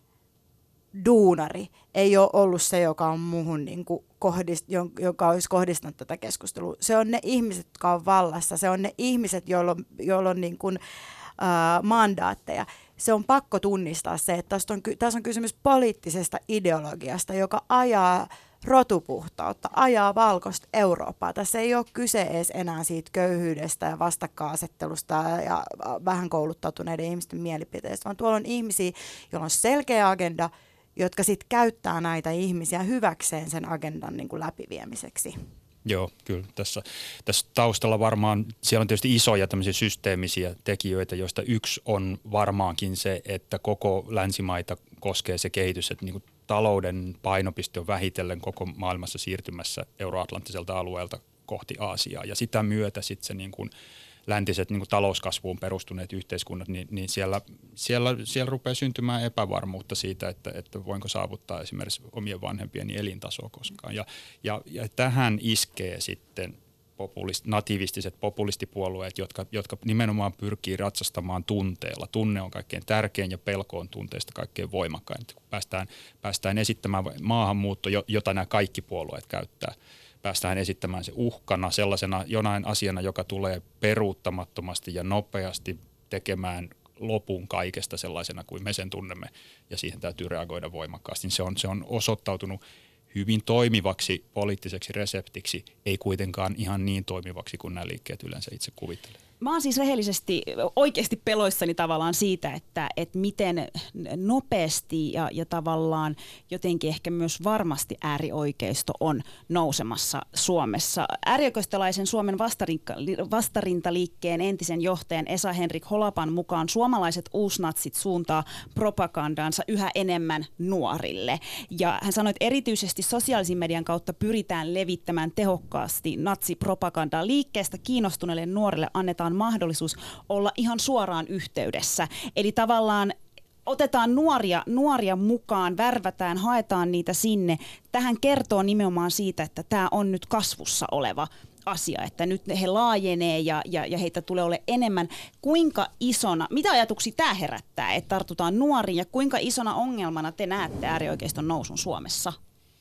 duunari ei ole ollut se, joka on muuhun niin kuin joka olisi kohdistanut tätä keskustelua. Se on ne ihmiset, jotka on vallassa. Se on ne ihmiset, joilla on niin kuin, mandaatteja. Se on pakko tunnistaa se, että tässä on kysymys poliittisesta ideologiasta, joka ajaa rotupuhtautta, ajaa valkoista Eurooppaa. Tässä ei ole kyse edes enää siitä köyhyydestä ja vastakkainasettelusta ja vähän kouluttautuneiden ihmisten mielipiteistä, vaan tuolla on ihmisiä, joilla on selkeä agenda, jotka sitten käyttää näitä ihmisiä hyväkseen sen agendan niin kuin läpiviemiseksi. Joo, kyllä. Tässä taustalla varmaan, siellä on tietysti isoja tämmöisiä systeemisiä tekijöitä, joista yksi on varmaankin se, että koko länsimaita koskee se kehitys, että niin kuin talouden painopiste on vähitellen koko maailmassa siirtymässä euroatlanttiselta alueelta kohti Aasiaa. Ja sitä myötä sitten se niin kuin läntiset niin kuin talouskasvuun perustuneet yhteiskunnat, niin siellä rupeaa syntymään epävarmuutta siitä, että voinko saavuttaa esimerkiksi omien vanhempieni elintasoa koskaan. Ja tähän iskee sitten nativistiset populistipuolueet, jotka nimenomaan pyrkii ratsastamaan tunteella. Tunne on kaikkein tärkein ja pelko on tunteista kaikkein voimakkain. Kun päästään esittämään maahanmuutto, jota nämä kaikki puolueet käyttää, päästään esittämään se uhkana sellaisena jonain asiana, joka tulee peruuttamattomasti ja nopeasti tekemään lopun kaikesta sellaisena kuin me sen tunnemme, ja siihen täytyy reagoida voimakkaasti. Se on osoittautunut hyvin toimivaksi poliittiseksi reseptiksi, ei kuitenkaan ihan niin toimivaksi kuin nämä liikkeet yleensä itse kuvittelevat. Mä oon siis rehellisesti oikeasti peloissani tavallaan siitä, että miten nopeasti ja tavallaan jotenkin ehkä myös varmasti äärioikeisto on nousemassa Suomessa. Äärioikeistolaisen Suomen vastarintaliikkeen entisen johtajan Esa-Henrik Holapan mukaan suomalaiset uusnatsit suuntaa propagandaansa yhä enemmän nuorille. Ja hän sanoi, että erityisesti sosiaalisen median kautta pyritään levittämään tehokkaasti natsipropagandaa. Liikkeestä kiinnostuneille nuorille annetaan mahdollisuus olla ihan suoraan yhteydessä. Eli tavallaan otetaan nuoria mukaan, värvätään, haetaan niitä sinne. Tähän kertoo nimenomaan siitä, että tämä on nyt kasvussa oleva asia, että nyt he laajenee ja heitä tulee ole enemmän. Kuinka isona, mitä ajatuksia tämä herättää, että tartutaan nuoriin ja kuinka isona ongelmana te näette äärioikeiston nousun Suomessa?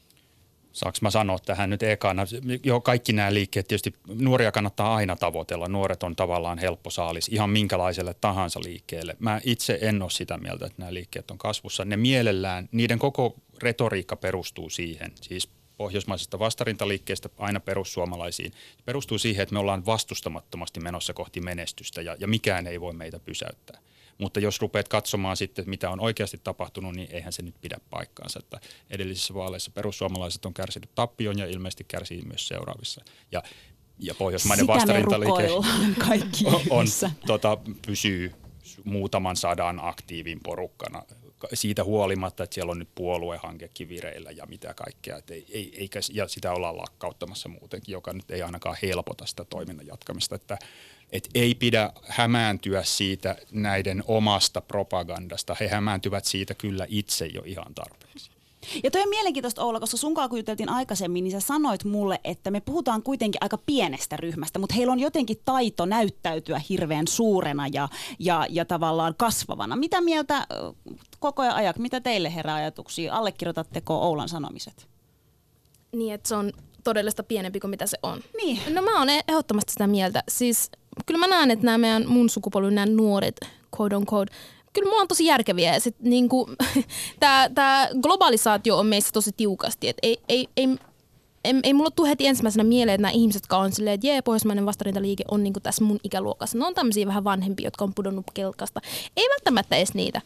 Saanko mä sanoa tähän nyt ekana? Joo, kaikki nämä liikkeet, tietysti nuoria kannattaa aina tavoitella. Nuoret on tavallaan helppo saalis ihan minkälaiselle tahansa liikkeelle. Mä itse en ole sitä mieltä, että nämä liikkeet on kasvussa. Ne mielellään, niiden koko retoriikka perustuu siihen. Siis pohjoismaisesta vastarintaliikkeestä aina perussuomalaisiin. Se perustuu siihen, että me ollaan vastustamattomasti menossa kohti menestystä ja mikään ei voi meitä pysäyttää. Mutta jos rupeat katsomaan sitten, mitä on oikeasti tapahtunut, niin eihän se nyt pidä paikkaansa. Että edellisissä vaaleissa perussuomalaiset on kärsinyt tappion ja ilmeisesti kärsii myös seuraavissa. Ja Pohjoismaiden vastarintaliike pysyy muutaman 100 aktiivin porukkana siitä huolimatta, että siellä on nyt puoluehankekin vireillä ja mitä kaikkea. Ja sitä ollaan lakkauttamassa muutenkin, joka nyt ei ainakaan helpota sitä toiminnan jatkamista. Että ei pidä hämääntyä siitä näiden omasta propagandasta. He hämääntyvät siitä kyllä itse jo ihan tarpeeksi. Ja toi on mielenkiintoista, Oula, koska sunkaan kun juteltiin aikaisemmin, niin sä sanoit mulle, että me puhutaan kuitenkin aika pienestä ryhmästä, mutta heillä on jotenkin taito näyttäytyä hirveän suurena ja tavallaan kasvavana. Mitä mieltä koko ajan mitä teille herää ajatuksia? Allekirjoitatteko Oulan sanomiset? Niin, että se on todellista pienempi kuin mitä se on. Niin. No mä oon ehdottomasti sitä mieltä. Siis kyllä mä näen, että nämä mun sukupolven nämä nuoret, quote on quote, kyllä mulla on tosi järkeviä ja sitten niinku, tämä globalisaatio on meissä tosi tiukasti, että ei mulla tule heti ensimmäisenä mieleen, että nämä ihmiset, jotka on silleen, että pohjoismainen vastarintaliike on niinku tässä mun ikäluokassa. Ne on tämmöisiä vähän vanhempia, jotka on pudonnut kelkasta. Ei välttämättä edes niitä.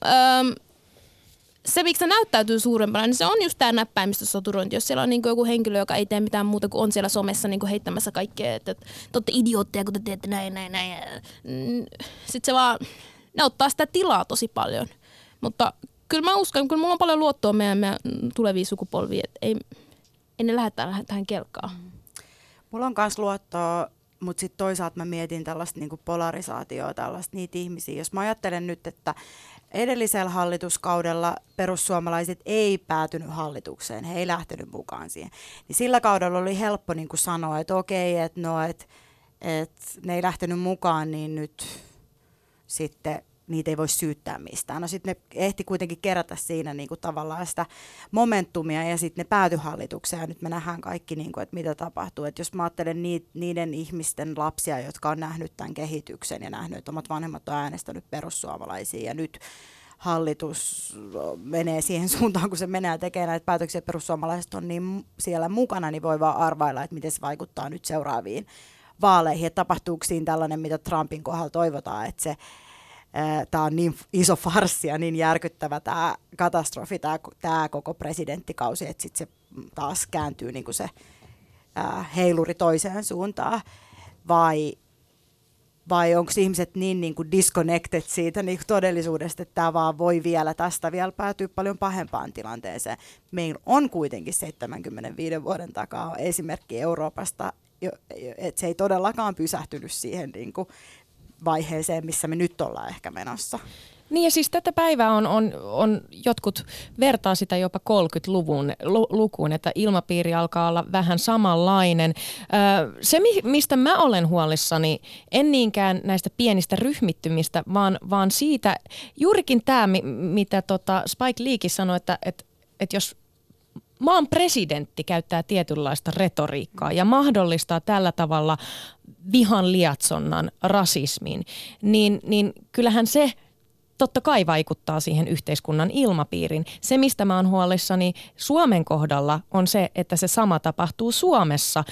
Se, miksi se näyttäytyy suurempana, niin se on just tämä näppäimistösoturointi. Jos siellä on niinku joku henkilö, joka ei tee mitään muuta kuin on siellä somessa niinku heittämässä kaikkea, että te olette idiootteja, kun te teette näin. Sitten se vaan, ne ottaa sitä tilaa tosi paljon. Mutta kyllä mä uskon, kyllä mulla on paljon luottoa meidän tuleviin sukupolviin, että ei ne lähde tähän kelkkaan. Mulla on myös luottoa, mutta sitten toisaalta mä mietin tällaista niinku polarisaatioa, tällaista niitä ihmisiä. Jos mä ajattelen nyt, että edellisellä hallituskaudella perussuomalaiset ei päätynyt hallitukseen, he ei lähtenyt mukaan siihen. Niin sillä kaudella oli helppo niin kuin sanoa, että okei, että ne ei lähtenyt mukaan, niin nyt sitten niitä ei voi syyttää mistään. No sitten ne ehti kuitenkin kerätä siinä niin kuin tavallaan sitä momentumia ja sitten ne päätyi hallitukseen ja nyt me nähdään kaikki, niin kuin, että mitä tapahtuu. Että jos mä ajattelen niiden ihmisten lapsia, jotka on nähnyt tämän kehityksen ja nähnyt, että omat vanhemmat on äänestänyt perussuomalaisia ja nyt hallitus menee siihen suuntaan, kun se menee ja tekee näitä päätöksiä, perussuomalaiset on niin siellä mukana, niin voi vaan arvailla, että miten se vaikuttaa nyt seuraaviin vaaleihin. Että tapahtuuko siinä tällainen, mitä Trumpin kohdalla toivotaan, että tämä on niin iso farssi ja niin järkyttävä tämä katastrofi, tämä koko presidenttikausi, että sitten se taas kääntyy niin kuin se heiluri toiseen suuntaan. Vai onko ihmiset niin kuin disconnected siitä niin kuin todellisuudesta, että tämä vaan voi tästä vielä päätyä paljon pahempaan tilanteeseen. Meillä on kuitenkin 75 vuoden takaa esimerkki Euroopasta, että se ei todellakaan pysähtynyt siihen niin kuin vaiheeseen, missä me nyt ollaan ehkä menossa. Niin ja siis tätä päivää on jotkut vertaa sitä jopa 30-luvun lukuun, että ilmapiiri alkaa olla vähän samanlainen. Se, mistä mä olen huolissani, en niinkään näistä pienistä ryhmittymistä, vaan siitä juurikin tämä, mitä Spike Leekin sanoi, että jos maan presidentti käyttää tietynlaista retoriikkaa ja mahdollistaa tällä tavalla vihan lietsonnan, rasismin, niin kyllähän se totta kai vaikuttaa siihen yhteiskunnan ilmapiirin. Se, mistä mä oon huolissani Suomen kohdalla, on se, että se sama tapahtuu Suomessa.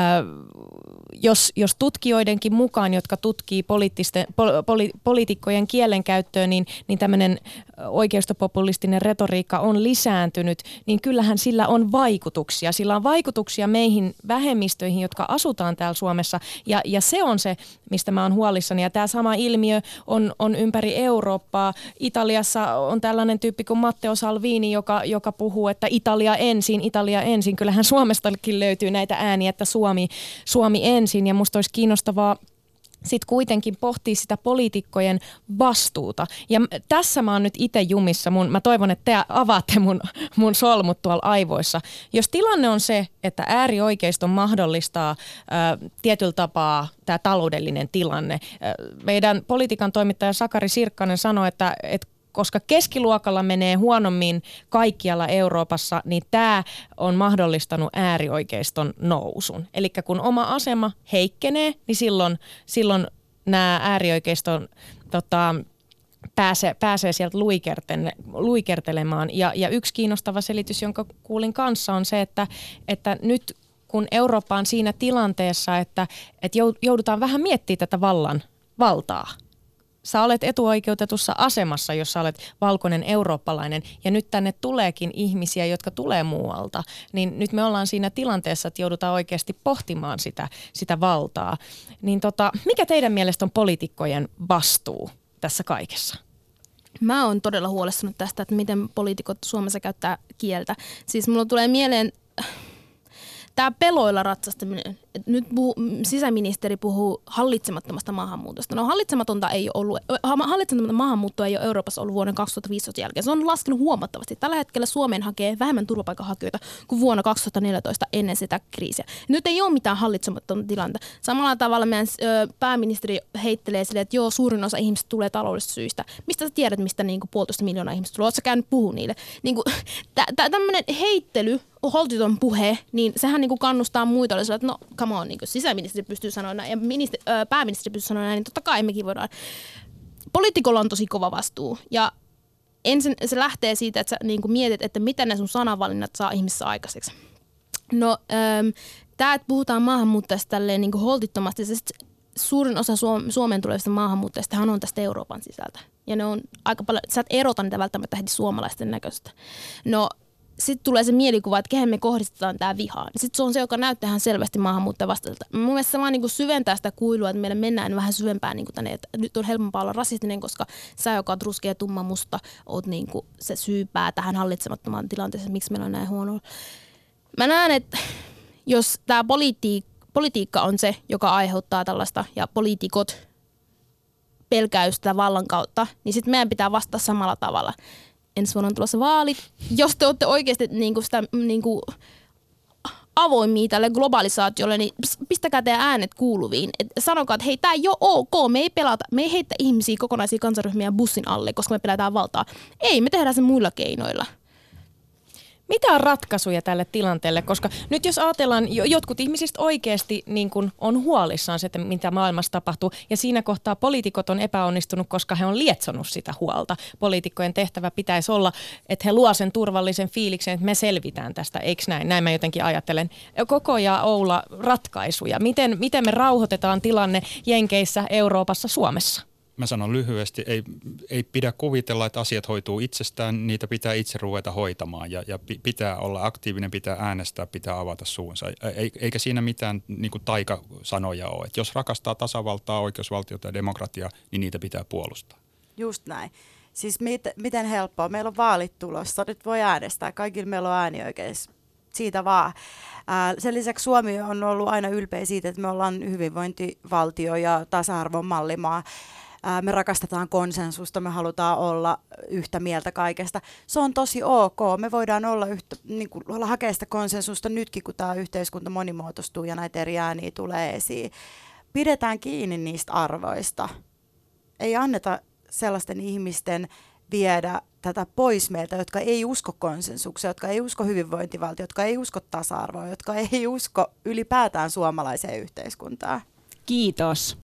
Jos tutkijoidenkin mukaan, jotka tutkii poliitikkojen kielenkäyttöä, niin tämmöinen oikeistopopulistinen retoriikka on lisääntynyt, niin kyllähän sillä on vaikutuksia. Sillä on vaikutuksia meihin vähemmistöihin, jotka asutaan täällä Suomessa, ja se on se, mistä mä oon huolissani. Ja tämä sama ilmiö on ympäri Eurooppaa. Italiassa on tällainen tyyppi kuin Matteo Salvini, joka puhuu, että Italia ensin. Kyllähän Suomestakin löytyy näitä ääniä, että Suomi ensin, ja musta olisi kiinnostavaa sitten kuitenkin pohtii sitä poliitikkojen vastuuta. Ja tässä mä oon nyt itse jumissa. Mä toivon, että te avaatte mun solmut tuolla aivoissa. Jos tilanne on se, että äärioikeiston mahdollistaa tietyllä tapaa tämä taloudellinen tilanne. Meidän politiikan toimittaja Sakari Sirkkanen sanoi, että koska keskiluokalla menee huonommin kaikkialla Euroopassa, niin tämä on mahdollistanut äärioikeiston nousun. Eli kun oma asema heikkenee, niin silloin nämä äärioikeiston pääsee sieltä luikertelemaan. Ja yksi kiinnostava selitys, jonka kuulin kanssa, on se, että nyt kun Eurooppa on siinä tilanteessa, että joudutaan vähän miettimään tätä valtaa. Sä olet etuoikeutetussa asemassa, jos sä olet valkoinen eurooppalainen, ja nyt tänne tuleekin ihmisiä, jotka tulee muualta. Niin nyt me ollaan siinä tilanteessa, että joudutaan oikeasti pohtimaan sitä valtaa. Niin mikä teidän mielestä on poliitikkojen vastuu tässä kaikessa? Mä oon todella huolestunut tästä, että miten poliitikot Suomessa käyttää kieltä. Siis mulla tulee mieleen tämä peloilla ratsastaminen. Nyt sisäministeri puhuu hallitsemattomasta maahanmuutosta. No hallitsematonta maahanmuuttoa ei ole Euroopassa ollut vuoden 2015 jälkeen. Se on laskenut huomattavasti. Tällä hetkellä Suomeen hakee vähemmän turvapaikanhakijoita kuin vuonna 2014 ennen sitä kriisiä. Nyt ei ole mitään hallitsematonta tilannetta. Samalla tavalla meidän pääministeri heittelee silleen, että joo, suurin osa ihmisistä tulee taloudellisista syistä. Mistä sä tiedät, mistä niinku 1,5 miljoonaa ihmistä tulee? Oletko sä käynyt puhua niille? Niinku, tämmöinen heittely, holtiton puhe, niin sehän niinku kannustaa muita. Oli että no, come on, niin sisäministeri pystyy sanoa näin ja pääministeri pystyy sanoa näin, niin totta kai mekin voidaan. Poliitikolla on tosi kova vastuu ja ensin se lähtee siitä, että sä niinku mietit, että miten ne sun sanavalinnat saa ihmisessä aikaiseksi. No, tämä, että puhutaan maahanmuuttajista tälleen niinku holtittomasti, se suurin osa Suomeen tulevista maahanmuuttajista on tästä Euroopan sisältä. Ja ne on aika paljon, sä et erota niitä välttämättä heti suomalaisten näköistä. No, sitten tulee se mielikuva, että kehen me kohdistetaan tämä vihaa. Sitten se on se, joka näyttää ihan selvästi maahanmuuttajavastaiselta. Mun mielestä se vaan niinku syventää sitä kuilua, että meillä mennään vähän syvempään niinku tänne, että nyt on helpompaa olla rasistinen, koska sä, joka oot ruskea ja tumma musta, oot niinku se syypää tähän hallitsemattomaan tilanteeseen, miksi meillä on näin huonoa. Mä näen, että jos tämä politiikka on se, joka aiheuttaa tällaista, ja poliitikot pelkää sitä vallan kautta, niin sitten meidän pitää vastata samalla tavalla. Ensi vuonna on tulossa vaalit. Jos te olette oikeasti avoimia tälle globalisaatiolle, niin pistäkää teidän äänet kuuluviin. Sanokaa, että hei, tämä ei ole ok, me ei heitä ihmisiä, kokonaisia kansanryhmiä bussin alle, koska me pelätään valtaa. Ei, me tehdään se muilla keinoilla. Mitä on ratkaisuja tälle tilanteelle? Koska nyt jos ajatellaan, jotkut ihmisistä oikeasti niin kuin on huolissaan se, että mitä maailmassa tapahtuu. Ja siinä kohtaa poliitikot on epäonnistunut, koska he on lietsonut sitä huolta. Poliitikkojen tehtävä pitäisi olla, että he luo sen turvallisen fiiliksen, että me selvitään tästä. Eikö näin? Näin mä jotenkin ajattelen. Koko ja Oula, ratkaisuja. Miten me rauhoitetaan tilanne Jenkeissä, Euroopassa, Suomessa? Mä sanon lyhyesti, ei pidä kuvitella, että asiat hoituu itsestään, niitä pitää itse ruveta hoitamaan ja pitää olla aktiivinen, pitää äänestää, pitää avata suunsa. Eikä siinä mitään niin kuin taikasanoja ole. Et jos rakastaa tasavaltaa, oikeusvaltiota ja demokratiaa, niin niitä pitää puolustaa. Just näin. Siis miten helppoa. Meillä on vaalit tulossa, nyt voi äänestää. Kaikilla meillä on äänioikeus. Siitä vaan. Sen lisäksi Suomi on ollut aina ylpeä siitä, että me ollaan hyvinvointivaltio ja tasa-arvon mallimaa. Me rakastetaan konsensusta, me halutaan olla yhtä mieltä kaikesta. Se on tosi ok. Me voidaan olla hakea sitä konsensusta nytkin, kun tämä yhteiskunta monimuotoistuu ja näitä eri ääniä tulee esiin. Pidetään kiinni niistä arvoista. Ei anneta sellaisten ihmisten viedä tätä pois meiltä, jotka ei usko konsensukseen, jotka ei usko hyvinvointivaltioon, jotka ei usko tasa-arvoon, jotka ei usko ylipäätään suomalaiseen yhteiskuntaan. Kiitos.